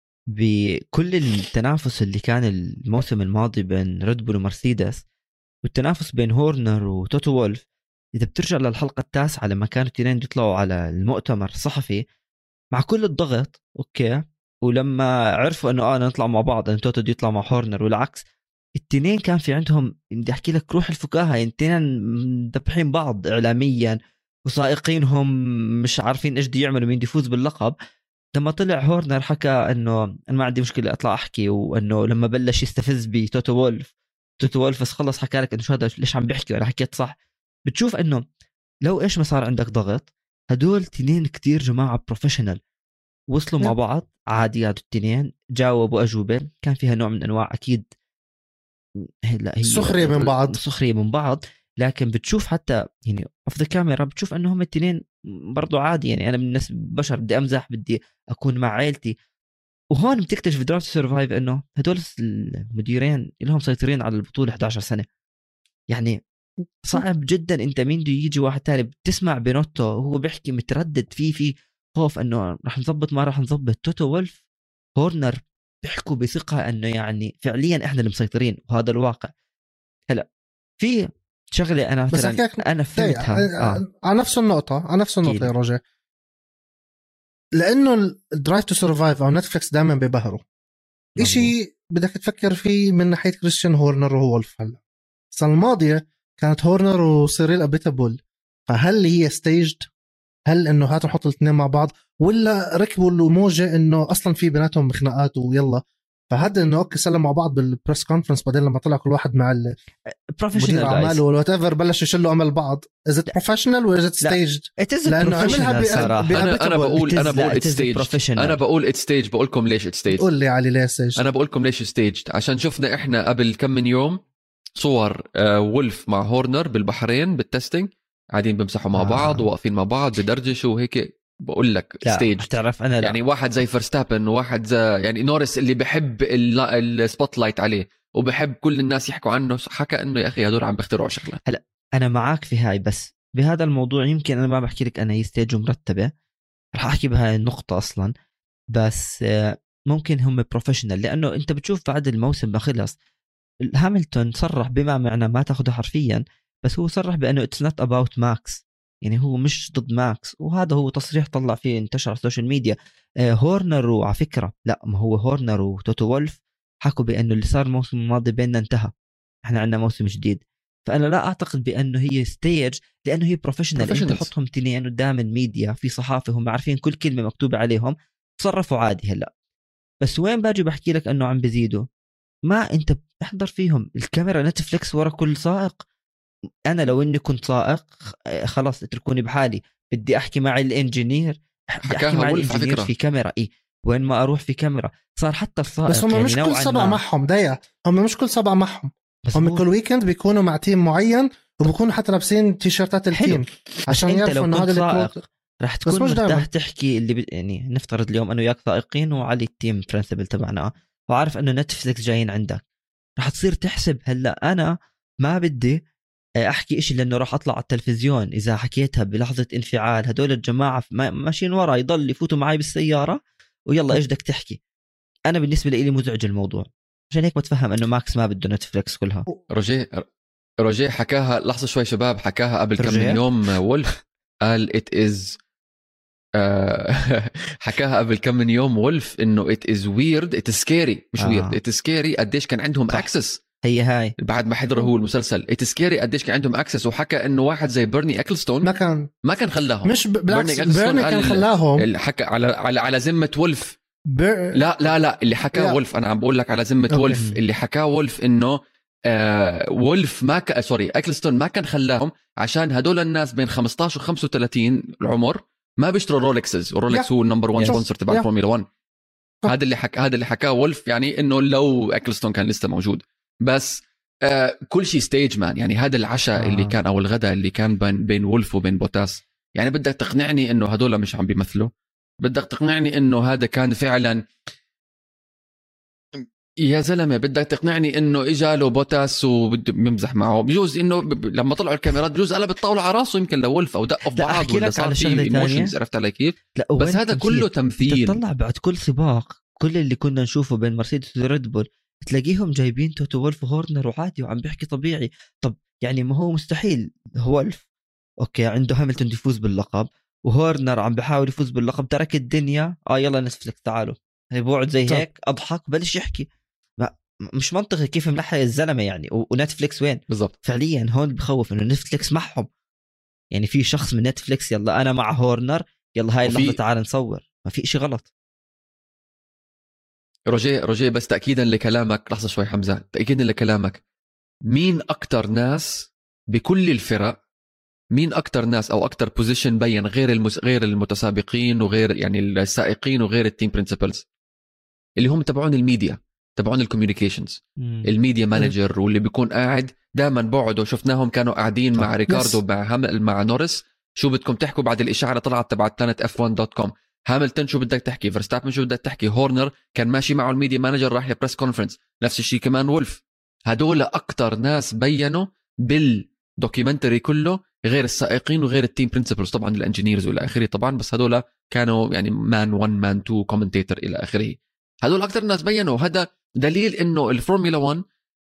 بكل التنافس اللي كان الموسم الماضي بين ريد بول ومرسيدس، والتنافس بين هورنر وتوتو وولف، اذا بترجع للحلقه التاسعه لما كانوا الاثنين يطلعوا على المؤتمر الصحفي مع كل الضغط اوكي، ولما عرفوا انه اه نطلع مع بعض، ان توتو يطلع مع هورنر والعكس، التنين كان في عندهم بدي احكي لك روح الفكاهه. التنين مدبحين بعض اعلاميا وسائقينهم مش عارفين ايش دي يعملوا مين يفوز باللقب. لما طلع هورنر حكى انه انا ما عندي مشكله اطلع احكي، وانه لما بلش يستفز بتوتو وولف، توتو وولف بس خلص حكى لك انه شو هذا ليش عم بيحكي وانا حكيت صح. بتشوف انه لو ايش ما صار عندك ضغط، هدول تنين كتير جماعه بروفيشنال وصلوا مع بعض عادي، هادو التنين جاوبوا أجوبة كان فيها نوع من أنواع أكيد لا هي سخرية من بعض سخرية من بعض، لكن بتشوف حتى يعني اوف ذا كاميرا بتشوف انهم الاثنين برضو عادي. يعني انا من الناس بشر بدي امزح بدي اكون مع عائلتي، وهون بتكتشف في درايف تو سرفايف انه هدول المديرين لهم مسيطرين على البطولة إحدى عشرة سنة. يعني صعب جدا انت مين بده يجي واحد تاني. بتسمع بنوتو وهو بيحكي متردد فيه في خوف انه رح نظبط ما رح نظبط. توتو وولف هورنر بيحكوا بثقة انه يعني فعليا احنا اللي مسيطرين وهذا الواقع. هلا في شغله انا مثلا انا فهمتها آه. على نفس النقطه على نفس النقطه يا رجاء، لانه الدرايف تو سرفايف او نتفليكس دائما بيبهروا إشي بدك تفكر فيه من ناحيه كريستيان هورنر وهو وولف. هلا السنه الماضيه كانت هورنر وسيريل ابيتابول، فهل هي ستيجد؟ هل انه هاتوا نحط الاثنين مع بعض، ولا ركبوا الموجه انه اصلا في بيناتهم خناقات ويلا؟ فهذا انه اوكي سلم مع بعض بالبريس كونفرنس، بعدين لما طلع كل واحد مع مدير اعماله ولا وات ايفر بلش يشلوا عمل بعض. از ات بروفيشنال ولا از ات ستيجد؟ لانه عملها ب... انا انا بقول انا بقول ات ستيج انا بقول ات ستيج بقول لكم ليش ات ستيج. قول لي علي ليش ستيج. انا بقول لكم ليش ستيج، عشان شفنا احنا قبل كم من يوم صور آه وولف مع هورنر بالبحرين بالتستنج، قاعدين بمسحوا مع بعض آه. واقفين مع بعض بدردشوا وهيك. بقول لك ستيج. تعرف انا لا. يعني واحد زي فرستابن وواحد زي يعني نورس اللي بحب السبوت لايت عليه وبحب كل الناس يحكوا عنه، حكى انه يا اخي هدول عم بيخترعوا شغله. هلا انا معاك في هاي، بس بهذا الموضوع يمكن انا ما بحكي لك انا هي ستيج مرتبه، رح احكي بهاي النقطه اصلا. بس ممكن هم بروفيشنال، لانه انت بتشوف بعد الموسم ما خلص هاملتون صرح بما معنى ما تاخده حرفيا، بس هو صرح بانه اتس نوت اباوت ماكس، يعني هو مش ضد ماكس. وهذا هو تصريح طلع فيه انتشر على السوشيال ميديا. آه هورنر وعلى فكرة لا ما هو هورنر وتوتو وولف حكوا بأنه اللي صار الموسم الماضي بيننا انتهى، احنا عندنا موسم جديد. فأنا لا أعتقد بأنه هي ستيج، لأنه هي بروفيشنال. انت تحطهم تنين قدام الميديا في صحافة هم عارفين كل كلمة مكتوبة عليهم، تصرفوا عادي. هلا بس وين باجي بحكي لك أنه عم بزيدوا؟ ما انت احضر فيهم الكاميرا نتفليكس ورا كل سائق. انا لو اني كنت سائق خلاص اتركوني بحالي، بدي احكي مع الانجينير، بدي احكي مع الانجينير في كاميرا. ايه وين ما اروح في كاميرا. صار حتى السائق بس هم يعني مش كل سبعة معهم ضيق، هم مش كل سبعة معهم، هم كل ويكند بيكونوا مع تيم معين وبيكونوا حتى لابسين تيشيرتات التيم عشان يعرفوا انه هذا السائق رح تكون مرتاح تحكي اللي ب... يعني نفترض اليوم انه ياك سائقين وعلي التيم برنسبل تبعنا، وعارف انه نتفليكس جايين عندك، رح تصير تحسب هلا انا ما بدي احكي إشي لانه راح اطلع على التلفزيون. اذا حكيتها بلحظه انفعال هدول الجماعه ماشيين ورا يضل يفوتوا معي بالسياره ويلا ايش بدك تحكي. انا بالنسبه لي مزعج الموضوع، عشان هيك بتفهم انه ماكس ما بده نتفليكس كلها. روجيه روجيه حكاها لحظه شوي شباب، حكاها قبل كم من يوم وولف قال ات از حكاها قبل كم من يوم وولف انه ات از ويرد ات از سكيري مش ويرد ات از سكيري قديش كان عندهم اكسس. هي هاي بعد ما حضر هو المسلسل ات سكيري قديش كان عندهم اكسس، وحكى انه واحد زي بيرني اكلستون ما كان ما كان خلاهم، مش بالعكس بيرني كان خلاهم، حكى على على على ذمه وولف. بر... لا لا لا اللي حكاه وولف، انا عم بقول لك على ذمه وولف. اللي حكاه وولف انه آه وولف ما ك... سوري اكلستون ما كان خلاهم عشان هدول الناس بين خمسطعش وخمسة وثلاثين العمر ما بيشتروا رولكسز، ورولكس هو النمبر واحد سبونسر تبع الفورمولا واحد. هذا اللي حكى هذا اللي حكاه وولف، يعني انه لو اكلستون كان لسه موجود. بس آه كل شيء ستيج مان. يعني هذا العشاء آه. اللي كان او الغداء اللي كان بين بين وولف وبين بوتاس، يعني بدك تقنعني انه هدول مش عم بيمثلوا؟ بدك تقنعني انه هذا كان فعلا يا زلمه؟ بدك تقنعني انه اجى له بوتاس وبده يمزح معه؟ بجوز انه ب... لما طلعوا الكاميرات بجوز قلب الطاوله على راسه يمكن لولف او دقوا في بعض ولا صار في ايموشنز. عرفت علي كيف؟ بس هذا كله تمثيل. تطلع بعد كل سباق كل اللي كنا نشوفه بين مرسيدس وريد بول تلاقيهم جايبين توتو وولف وهورنر وعادي وعم بيحكي طبيعي. طب يعني ما هو مستحيل وولف اوكي عنده هاملتون يفوز باللقب وهورنر عم بحاول يفوز باللقب، ترك الدنيا اه يلا نتفليكس تعالوا هي بوعد زي هيك اضحك بلش يحكي. مش منطقي كيف ملحق الزلمه يعني. ونتفليكس وين بالضبط؟ فعليا هون بخوف انه نتفليكس معهم، يعني في شخص من نتفليكس يلا انا مع هورنر يلا هاي اللحظه تعال نصور، ما في إشي غلط. روجيه روجيه بس تاكيدا لكلامك، لحظه شوي حمزه، تاكيدا لكلامك، مين اكتر ناس بكل الفرق مين اكتر ناس او اكتر بوزيشن بين غير المس... غير المتسابقين وغير يعني السائقين وغير التيم برينسيبلز اللي هم تبعون الميديا تبعون الكوميونيكيشنز الميديا مانجر واللي بيكون قاعد دائما بقعدوا شفناهم كانوا قاعدين مع ريكاردو مع هم... مع نورس شو بدكم تحكوا بعد الاشاعه اللي طلعت تبع بلانت اف ون دوت كوم هاملتون شو بدك تحكي فيرستابن شو بدك تحكي هورنر كان ماشي معه الميديا مانجر راح لبريس كونفرنس نفس الشيء كمان وولف هدول اكتر ناس بينوا بالدوكيومنتري كله غير السائقين وغير التيم برينسيبلز طبعا الانجينيرز والى اخره طبعا بس هدول كانوا يعني مان واحد مان اثنين كومنتيتور الى اخره هدول اكتر ناس بينوا هذا دليل انه الفورمولا واحد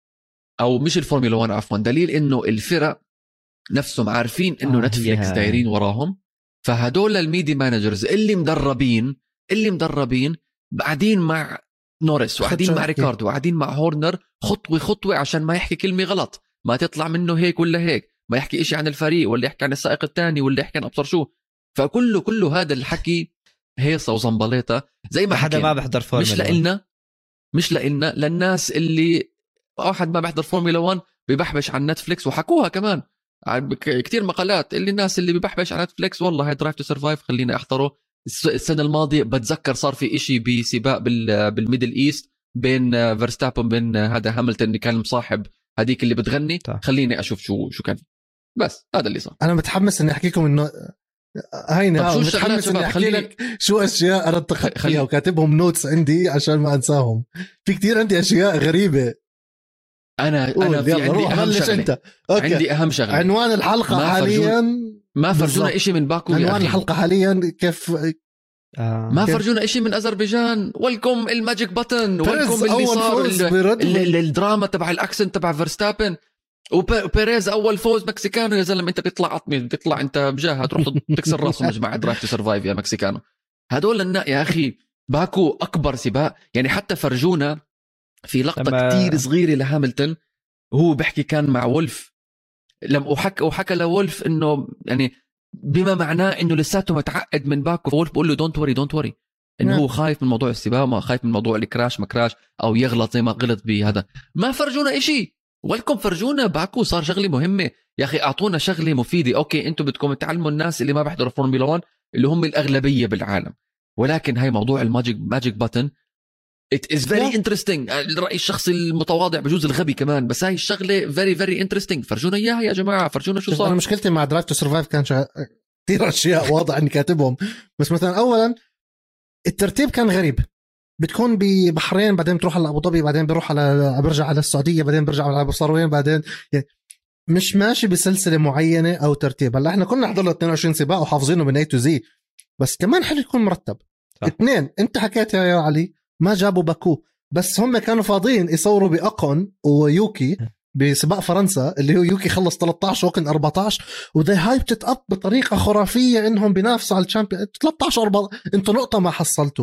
او مش الفورمولا واحد عفوا دليل انه الفرق نفسهم عارفين انه آه نتفليكس هي... دايرين وراهم فهدول الميديا مانجرز اللي مدربين اللي مدربين قاعدين مع نورس وقاعدين مع ريكاردو وقاعدين مع هورنر خطوة خطوة عشان ما يحكي كلمة غلط ما تطلع منه هيك ولا هيك ما يحكي إشي عن الفريق ولا يحكي عن السائق الثاني ولا يحكي عن أبصر شو فكله كله هذا الحكي هيصة وزنبليطة زي ما حدا ما بحضر فورمولا مش لإلنا مش لإلنا للناس اللي واحد ما بيحضر فورمولا واحد بيبحبش عن نتفليكس وحكوها كمان كتير مقالات اللي الناس اللي بيبحبش على نتفليكس والله هاي درايف تو سرفايف خلينا احضره السنة الماضية بتذكر صار في إشي بسباق بالميدل إيست بين فيرستابن بين هذا هاملتون اللي كان مصاحب هذيك اللي بتغني طيب. خليني أشوف شو شو كان بس هذا اللي صار أنا متحمس إني أحكيكم إنه هينا متحمس إني أحكي خلي... لك شو أشياء أنا اتخذت خلي... فيها وكاتبهم نوتس عندي عشان ما أنساهم في كتير عندي أشياء غريبة أنا أنا في عندي أهم شغلة أنت. عندي أهم شغلة عنوان الحلقة ما حاليا فرجون... ما فرجونا إشي من باكو عنوان الحلقة حاليا كيف آه. ما فرجونا إشي من أذربيجان ولكم الماجيك باتن ولكم اللي صار اللي الدراما تبع الأكسنت تبع فيرستابن وبيريز أول فوز مكسيكانو يا زلمة أنت بتطلع عطمي بتطلع أنت بجاهة تروح تكسر راسه مجمع درايف تو سرفايف يا مكسيكانو هدول النا يا أخي باكو أكبر سباق يعني حتى فرجونا في لقطة لما... كتير صغيرة لهاملتون وهو بحكي كان مع وولف لما وحكى وحكى لولف إنه يعني بما معناه إنه لساته متعقد من باكو وولف بقول له دونت وري دونت وري إنه هو خايف من موضوع السباق ما خايف من موضوع الكراش ما كراش أو يغلط زي ما غلط بهذا ما فرجونا إشي ولكم فرجونا باكو صار شغلة مهمة يا أخي أعطونا شغلة مفيدة أوكي أنتم بدكم تعلموا الناس اللي ما بيحضروا فورمولا واحد اللي هم الأغلبية بالعالم ولكن هاي موضوع الماجيك ماجيك باتن it is very interesting الرأي الشخصي المتواضع بجوز الغبي كمان بس هاي الشغلة very very interesting فرجونا إياها يا جماعة فرجونا شو صار أنا مشكلتي مع درايف تو سرفايف كان شغ... كثير أشياء واضح إني كاتبهم بس مثلا أولا الترتيب كان غريب بتكون ببحرين بعدين بتروح على أبو ظبي بعدين بروح على برجع على السعودية بعدين برجع على أبو صاروين بعدين يعني مش ماشي بسلسلة معينة أو ترتيب هلا إحنا كنا نحضر له اثنين وعشرين سباق وحافظينه من A to Z بس كمان حلو يكون مرتب صح. اثنين أنت حكيت يا علي ما جابوا باكو بس هم كانوا فاضيين يصوروا بأقون ويوكي بسباق فرنسا اللي هو يوكي خلص ثلاثة عشر وكن أربعة عشر وذي هايبت اب بطريقة خرافية إنهم بينافسوا على الشامبيون ثلاثة عشر أربعة انتوا نقطة ما حصلتوا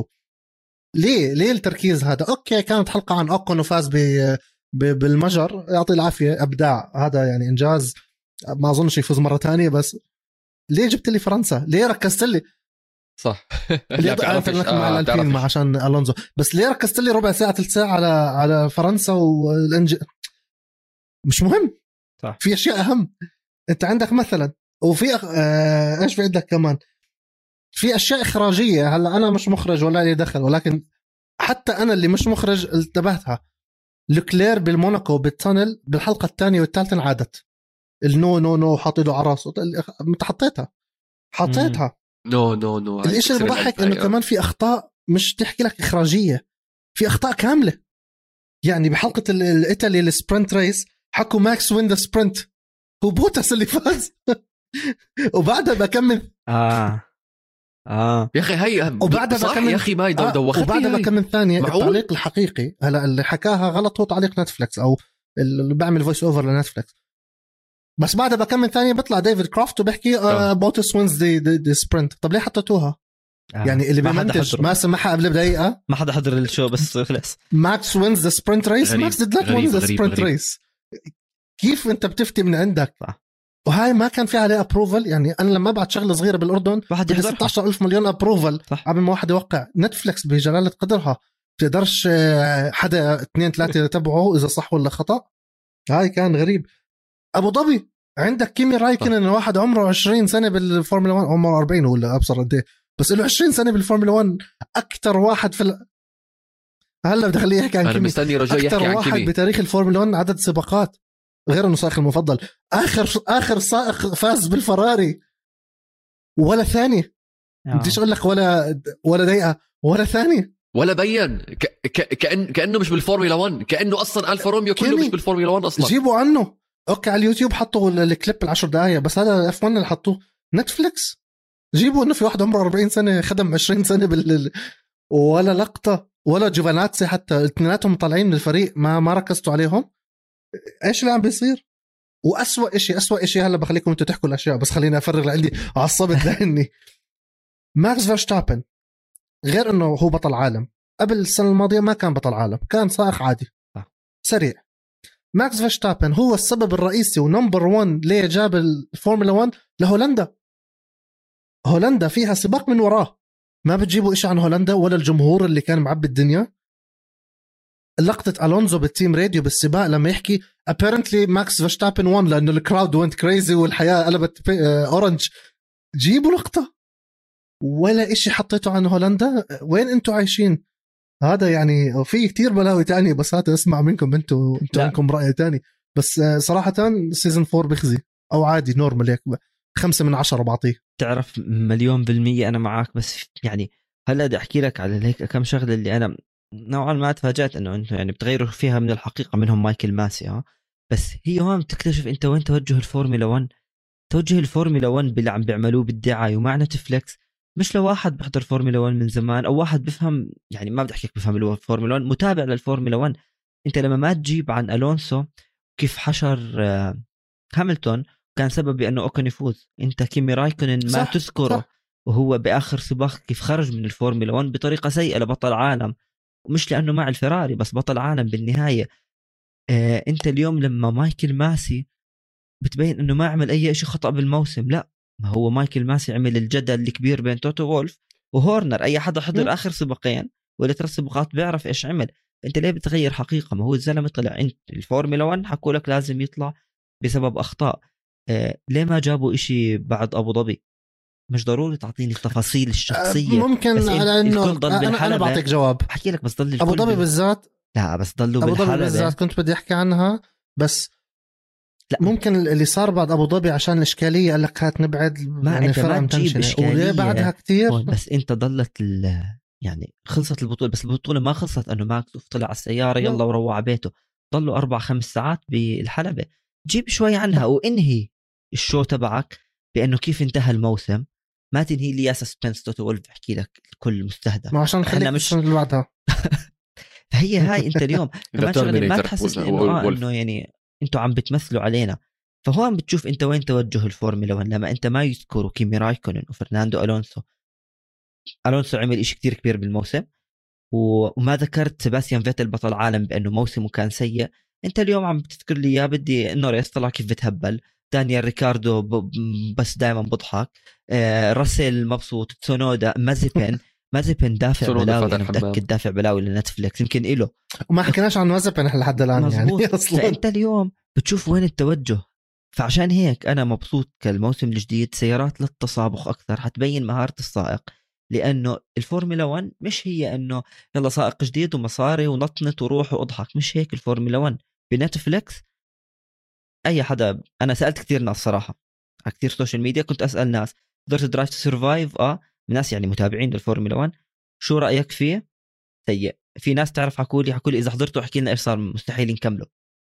ليه ليه التركيز هذا اوكي كانت حلقة عن أقون وفاز ب... ب... بالمجر يعطي العافية ابداع هذا يعني انجاز ما اظنش يفوز مرة تانية بس ليه جبت لي فرنسا ليه ركزت لي صح اللي عرفت لك مع الألفين مع عشان ألونزو بس ليه ركزت لي ربع ساعة ثلث ساعة على على فرنسا والانج مش مهم صح. في أشياء أهم أنت عندك مثلا وفي آه... إيش في عندك كمان في أشياء إخراجية هلا أنا مش مخرج ولا لي دخل ولكن حتى أنا اللي مش مخرج انتبهتها لوكلير بالموناكو بالتانل بالحلقة الثانية والثالثة انعادت النو نو نو حاطي له على راسه متحطيتها حطيتها نو نو نو الاشي اللي بضحك انه كمان في اخطاء مش تحكي لك اخراجيه في اخطاء كامله يعني بحلقه الايطالي السبرنت ريس حكوا ماكس وين ذا سبرنت هو بوتاس اللي فاز وبعدها بكمل اه اه يا اخي هي وبعدها بكمل يا اخي ما يدوخت آه. وبعدها بكمل ثانيه التعليق الحقيقي هلا اللي حكاها غلط هو تعليق نتفليكس او اللي بعمل فويس اوفر لنتفليكس بس بعدها بكمل ثانية بيطلع ديفيد كرافت وبيحكي آه بوتس وينز دي, دي, دي سبرنت طب ليه حطيتوها آه. يعني اللي بيمنتج ما سمعها قبل بدقيقة ما حدا حضر الشو بس خلاص ماكس وينز ذا سبرنت ريس ماكس ديد نوت وين ذا سبرنت ريس كيف انت بتفتي من عندك صح. وهاي ما كان في عليه ابروفل يعني انا لما ابعت شغله صغيره بالاردن واحد ستة عشر ألف مليون ابروفل قبل ما واحد يوقع نتفليكس بجلاله قدرها بتقدرش حدا اثنين ثلاثه يتبعوا اذا صح ولا خطا هاي كان غريب ابو ظبي عندك كيمي رايكنن واحد عمره عشرين سنه بالفورمولا واحد، عمره أربعين ولا ابصر قد ايه، بس له عشرين سنه بالفورمولا واحد، اكثر واحد في ال... هلا بدي خليه يحكي عن كيمي، اكثر واحد كيمي بتاريخ الفورمولا واحد عدد سباقات، غير انه سائق المفضل، اخر اخر سائق فاز بالفراري ولا ثانيه، بديش اقول لك ولا ولا دقيقه ولا ثانيه، ولا بين ك... ك... كأن... كانه مش بالفورمولا واحد، كانه اصلا الفا روميو كله مش بالفورمولا واحد اصلا. جيبوا عنه اوكي على اليوتيوب حطوا الكليب العشر دقائق بس، هذا اف واحد اللي حطوه. نتفليكس جيبوا انه في واحد عمره أربعين سنه خدم عشرين سنه بال ولا لقطه ولا جوفاناتسي حتى، الاثنيناتهم طالعين من الفريق، ما ما ركزتوا عليهم. ايش اللي عم بيصير؟ واسوا شيء اسوا شيء هلا بخليكم انتوا تحكوا الاشياء، بس خليني افرغ اللي عندي، عصبت ذهني. ماكس فيرستابن غير انه هو بطل عالم، قبل السنه الماضيه ما كان بطل عالم، كان سائق عادي سريع. ماكس فيرستابن هو السبب الرئيسي ونمبر واحد ليه جاب الفورمولا واحد لهولندا. هولندا فيها سباق من وراه، ما بتجيبوا إشي عن هولندا ولا الجمهور اللي كان معبي الدنيا. لقطة ألونزو بالتيم راديو بالسباق لما يحكي apparently ماكس فيرستابن وان لأنه الكراود وانت كريزي والحياة قلبت أورنج. جيبوا لقطة ولا إشي حطيته عن هولندا. وين أنتوا عايشين؟ هذا يعني في كتير بلاوي تاني، بس هذا اسمع منكم أنتوا أنتوا عندكم رأي تاني. بس صراحة سيزن فور بخزي أو عادي نورمال هيك خمسة من عشرة بعطيه. تعرف مليون بالمية أنا معاك، بس يعني هلا بدي أحكي لك على هيك كم شغلة اللي أنا نوعا ما تفاجأت إنه أنتوا يعني بتغيروا فيها من الحقيقة، منهم مايكل ماسي. ها بس هي هون تكتشف أنت وين توجه الفورمولا واحد. توجه الفورمولا واحد باللي عم بيعملوه بالدعاية ومع نتفليكس، مش لو واحد بحضر فورمولا واحد من زمان أو واحد بفهم، يعني ما بدي أحكيك بفهم الفورمولا واحد، متابع للفورمولا واحد. أنت لما ما تجيب عن ألونسو كيف حشر هاملتون كان سبب بأنه أوكن يفوز، أنت كيمي رايكونن ما صح تذكره صح. وهو بآخر سباق كيف خرج من الفورمولا واحد بطريقة سيئة لبطل عالم، ومش لأنه مع الفراري بس بطل عالم بالنهاية. آه أنت اليوم لما مايكل ماسي بتبين أنه ما عمل أي شيء خطأ بالموسم، لا ما هو مايكل ماسي عمل الجدل الكبير بين توتو وولف وهورنر. أي حدا حضر م. آخر سباقين ولا ثلاث سباقات بيعرف إيش عمل. أنت ليه بتغير حقيقة؟ ما هو الزلمة طلع، أنت الفورمولا واحد حكوا لك لازم يطلع بسبب أخطاء. آه ليه ما جابوا إشي بعد أبو ظبي؟ مش ضروري تعطيني التفاصيل الشخصية، ممكن على إنه أنا, أنا بعطيك جواب. أحكي لك بس ضل أبو ظبي بالذات، لا بس ضلوا أبو ظبي بالذات كنت بدي أحكي عنها، بس لا. ممكن اللي صار بعد أبو ظبي عشان الإشكالية قال لك هات نبعد يعني فرق إشكالية بعدها كتير. بس أنت ضلت يعني خلصت البطولة، بس البطولة ما خلصت أنه ماكس طلع على السيارة يلا وروح على بيته، ضلوا أربع خمس ساعات بالحلبة. جيب شوي عنها وانهي الشو تبعك بأنه كيف انتهى الموسم، ما تنهي لي يا سسبنس توتو وولف بحكي لك كل مستهدف ما عشان خليك مش اللي بعدها. فهي هاي انت اليوم ما تحسس انه آه انه يعني انتوا عم بتمثلوا علينا. فهون بتشوف انت وين توجه الفورمولا واحد لما انت ما يذكروا كيمي رايكونن وفرناندو الونسو. الونسو عمل إشي كتير كبير بالموسم، وما ذكرت سيباستيان فيتل بطل عالم بانه موسمه كان سيء. انت اليوم عم بتذكر لي يا بدي نوريس طلع كيف بتهبل، دانيال ريكاردو ب... بس دائما بضحك، آه راسل مبسوط، تسونودا، مازيبين مازيبين دافع بلاوي، أنا متأكد دافع بلاوي لنتفليكس يمكن إله، وما حكيناش عن مازيبين لحد الآن يعني أصلاً. فأنت اليوم بتشوف وين التوجه. فعشان هيك أنا مبسوط كالموسم الجديد، سيارات للتسابق أكثر حتبين مهارة السائق، لأنه الفورمولا واحد مش هي أنه يلا سائق جديد ومصاري ونطنت وروح وأضحك، مش هيك الفورمولا واحد. بنتفليكس أي حدا، أنا سألت كتير ناس صراحة على كتير سوشيال ميديا، كنت أسأل ناس حضرت درايف تو سيرفايف آه ناس يعني متابعين للفورمولا واحد شو رأيك فيه؟ سيء. في ناس تعرف حكولي حكولي إذا حضرتوا احكي لنا إيش صار، مستحيل نكمله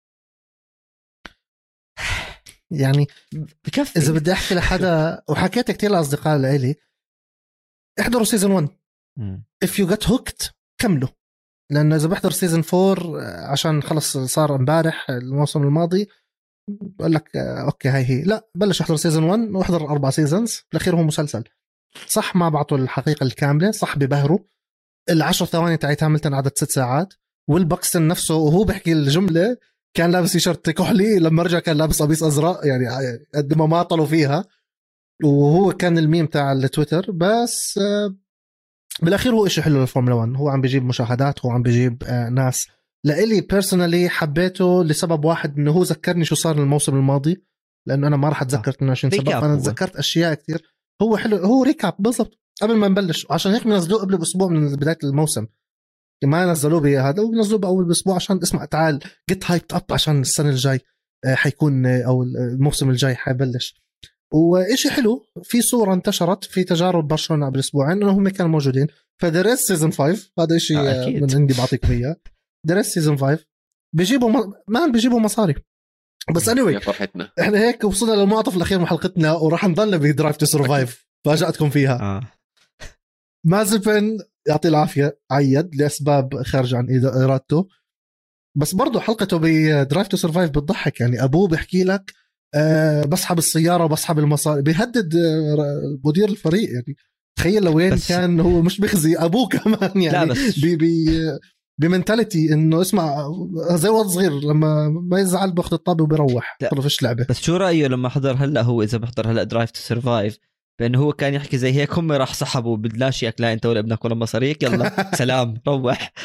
يعني بكفي. إذا بدي أحكي لحدا وحكيت كتير لأصدقاء لإلي احضروا سيزن واحد if you get hooked كملوا، لأنه إذا بحضر سيزن فور عشان خلص صار امبارح الموسم الماضي بقول لك أوكي هاي هي، لا بلش احضر سيزن واحد واحضر أربع سيزنز. بالأخير هو مسلسل صح، ما بعطوا الحقيقة الكاملة صح، ببهروا العشر ثواني تاعت هاملتون عدد ست ساعات، والباكستن نفسه وهو بحكي الجملة كان لابس تيشرت كحلي، لما رجع كان لابس قميص أزرق، يعني قد ما ماطلوا فيها. وهو كان الميم تاع التويتر. بس بالأخير هو إشي حلو للفورمولا واحد، هو عم بيجيب مشاهدات، هو عم بيجيب ناس. لإلي بيرسونالي حبيته لسبب واحد، إنه هو ذكرني شو صار الموسم الماضي لانه انا ما راح اتذكر اثنين وعشرين سباق، فانا تذكرت اشياء كثير. هو حلو، هو ريكاب بالضبط قبل ما نبلش، عشان هيك بنزلوه قبل باسبوع من بدايه الموسم، ما نزلوه بهذا وبنزلوه باول باسبوع عشان اسمع تعال جيت هايبت اب عشان السنه الجاي حيكون او الموسم الجاي حيبلش. وإشي حلو في صوره انتشرت في تجارب برشلونه قبل اسبوعين انه هم كانوا موجودين فدرس سيزون خمسة. هذا إشي من عندي بعطيك اياه. درس سيزون خمسة بيجيبوا م... ما بيجيبوا مصاري بس anyway فرحتنا احنا هيك وصلنا للمعطف الاخير من حلقتنا وراح نضلنا بدرايف تو سرفايف. فاجأتكم فيها. آه. مازبن يعطي العافيه عيد لاسباب خارجه عن ارادته، بس برضه حلقته بدرايف تو سرفايف بتضحك. يعني ابوه بيحكي لك أه بسحب السياره وبسحب المصاري، بيهدد مدير الفريق. يعني تخيل لو وين كان هو مش بيخزي ابوه كمان يعني بي بي بمنتاليتي انه اسمع زي واد صغير لما ما يزعل باخذ الطابه وبيروح فيش لعبه. بس شو رايه لما حضر هلا، هو اذا بحضر هلا درايف تو سرفايف، بانه هو كان يحكي زي هيك هم راح سحبوا بدلاش ياك لا انت ولا ابنك ولا مصاريك يلا سلام روح.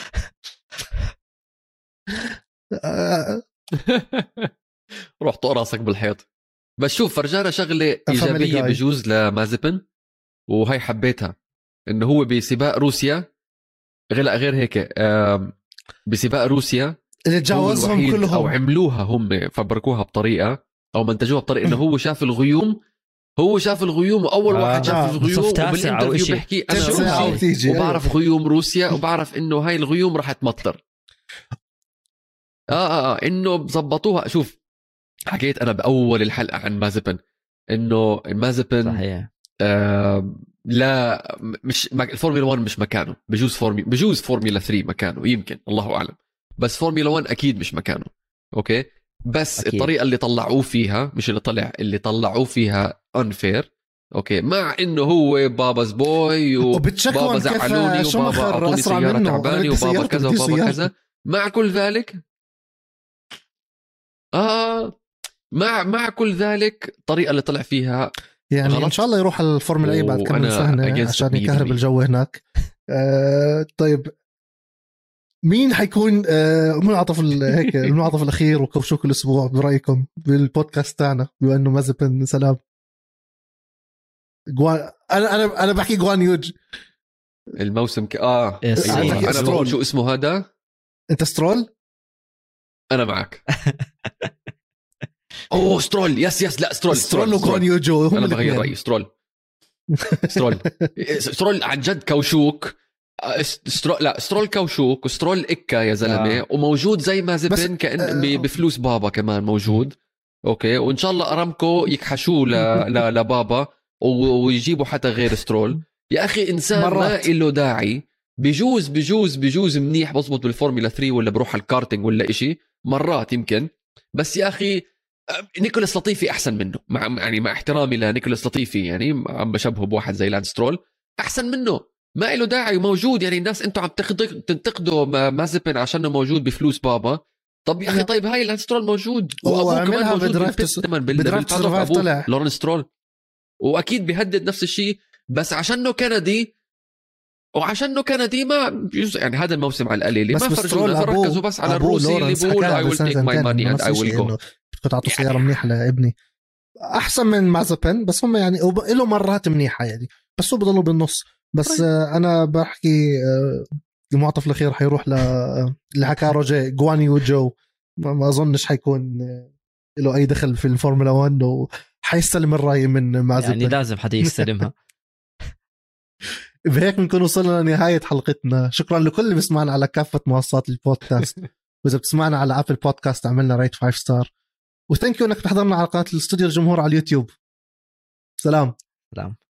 روح طق راسك بالحيط. بس شوف فرجانا شغله ايجابيه بجوز لمازبن وهي حبيتها، انه هو بسباق روسيا غير غير هيك بسباق روسيا اللي تجاوزهم كلهم او عملوها هم فبركوها بطريقه او منتجوها بطريقه انه هو شاف الغيوم هو شاف الغيوم واول آه واحد شاف آه الغيوم وبالانترفيو بيحكي انا روسي وبعرف غيوم روسيا وبعرف انه هاي الغيوم راح تمطر. آه, آه, اه انه بزبطوها. شوف حكيت انا باول الحلقه عن مازبن انه مازبن صحيح آه لا مش الفورمولا واحد مش مكانه، بجوز فورمي بجوز فورمولا ثلاثة مكانه يمكن الله اعلم، بس فورمولا واحد اكيد مش مكانه. اوكي بس أكيد. الطريقه اللي طلعوه فيها مش اللي طلع اللي طلعوه فيها unfair. اوكي مع انه هو بابا's بوي وبابا زعلوني وبابا اعطوني سياره تعبانه وبابا كذا وبابا كذا، مع كل ذلك اه مع مع كل ذلك الطريقه اللي طلع فيها يعني غلط. ان شاء الله يروح على الفورمولا اي بعد كم سنه عشان يكهرب الجو هناك. آه طيب مين حيكون آه منعطف هيك المنعطف الاخير وكوشوك الاسبوع برايكم بالبودكاست تاعنا بما انه مازبن سلام جوان. انا انا انا بحكي جوان يوج الموسم ك... اه أيوة. انا بقول شو اسمه هذا. انت سترول انا معك. اوه سترول يس يس لا سترول سترول وجوان يوجو هم انا بغير رايي. سترول سترول سترول عن جد كوشوك. سترول لا سترول كوشوك وسترول إكا يا زلمه آه. وموجود زي ما زبن كأن آه. بفلوس بابا كمان موجود. اوكي وان شاء الله ارامكو يكحشوه ل... لبابا ويجيبوا حتى غير سترول. يا اخي انسان مرات. ما له داعي. بجوز بجوز بجوز منيح بضبط بالفورمولا ثلاثة ولا بروح على الكارتينج ولا إشي مرات يمكن، بس يا اخي نيكولاس لطيفي احسن منه مع يعني مع احترامي لنيكولاس لطيفي يعني عم بشبهه بواحد زي لاند سترول احسن منه ما له داعي وموجود. يعني الناس انتم عم تنتقدوا مازبن عشانه موجود بفلوس بابا. طب يا اخي طيب هاي لاند سترول موجود وابوه كمان موجود بالبيت طلع لورن سترول واكيد بيهدد نفس الشيء بس عشانه كندي وعشانه كندي ما يعني هذا الموسم على القليل ما فرجونا ركزوا بس على الروسي اللي بيقول I will take my money and I will go. كنت أعطوا سيارة منيحة لابني أحسن من مازبن بس هم يعني له مرات منيحة يعني بس هو بضلوا بالنص. بس آه أنا بحكي آه المعطف الأخير حيروح ل اللي حكى روجي جواني يوجو. ما أظنش حيكون آه له أي دخل في الفورمولا واحد وحيستلم الرأي من مازبن يعني لازم حدا يستلمها. بهيك بنكون وصلنا لنهاية حلقتنا. شكرا لكل اللي بيسمعنا على كافة منصات البودكاست وإذا بتسمعنا على أبل بودكاست عملنا ريت فايف ستار وثانك يو انك تحضرنا على قناة الاستوديو الجمهور على اليوتيوب. سلام سلام.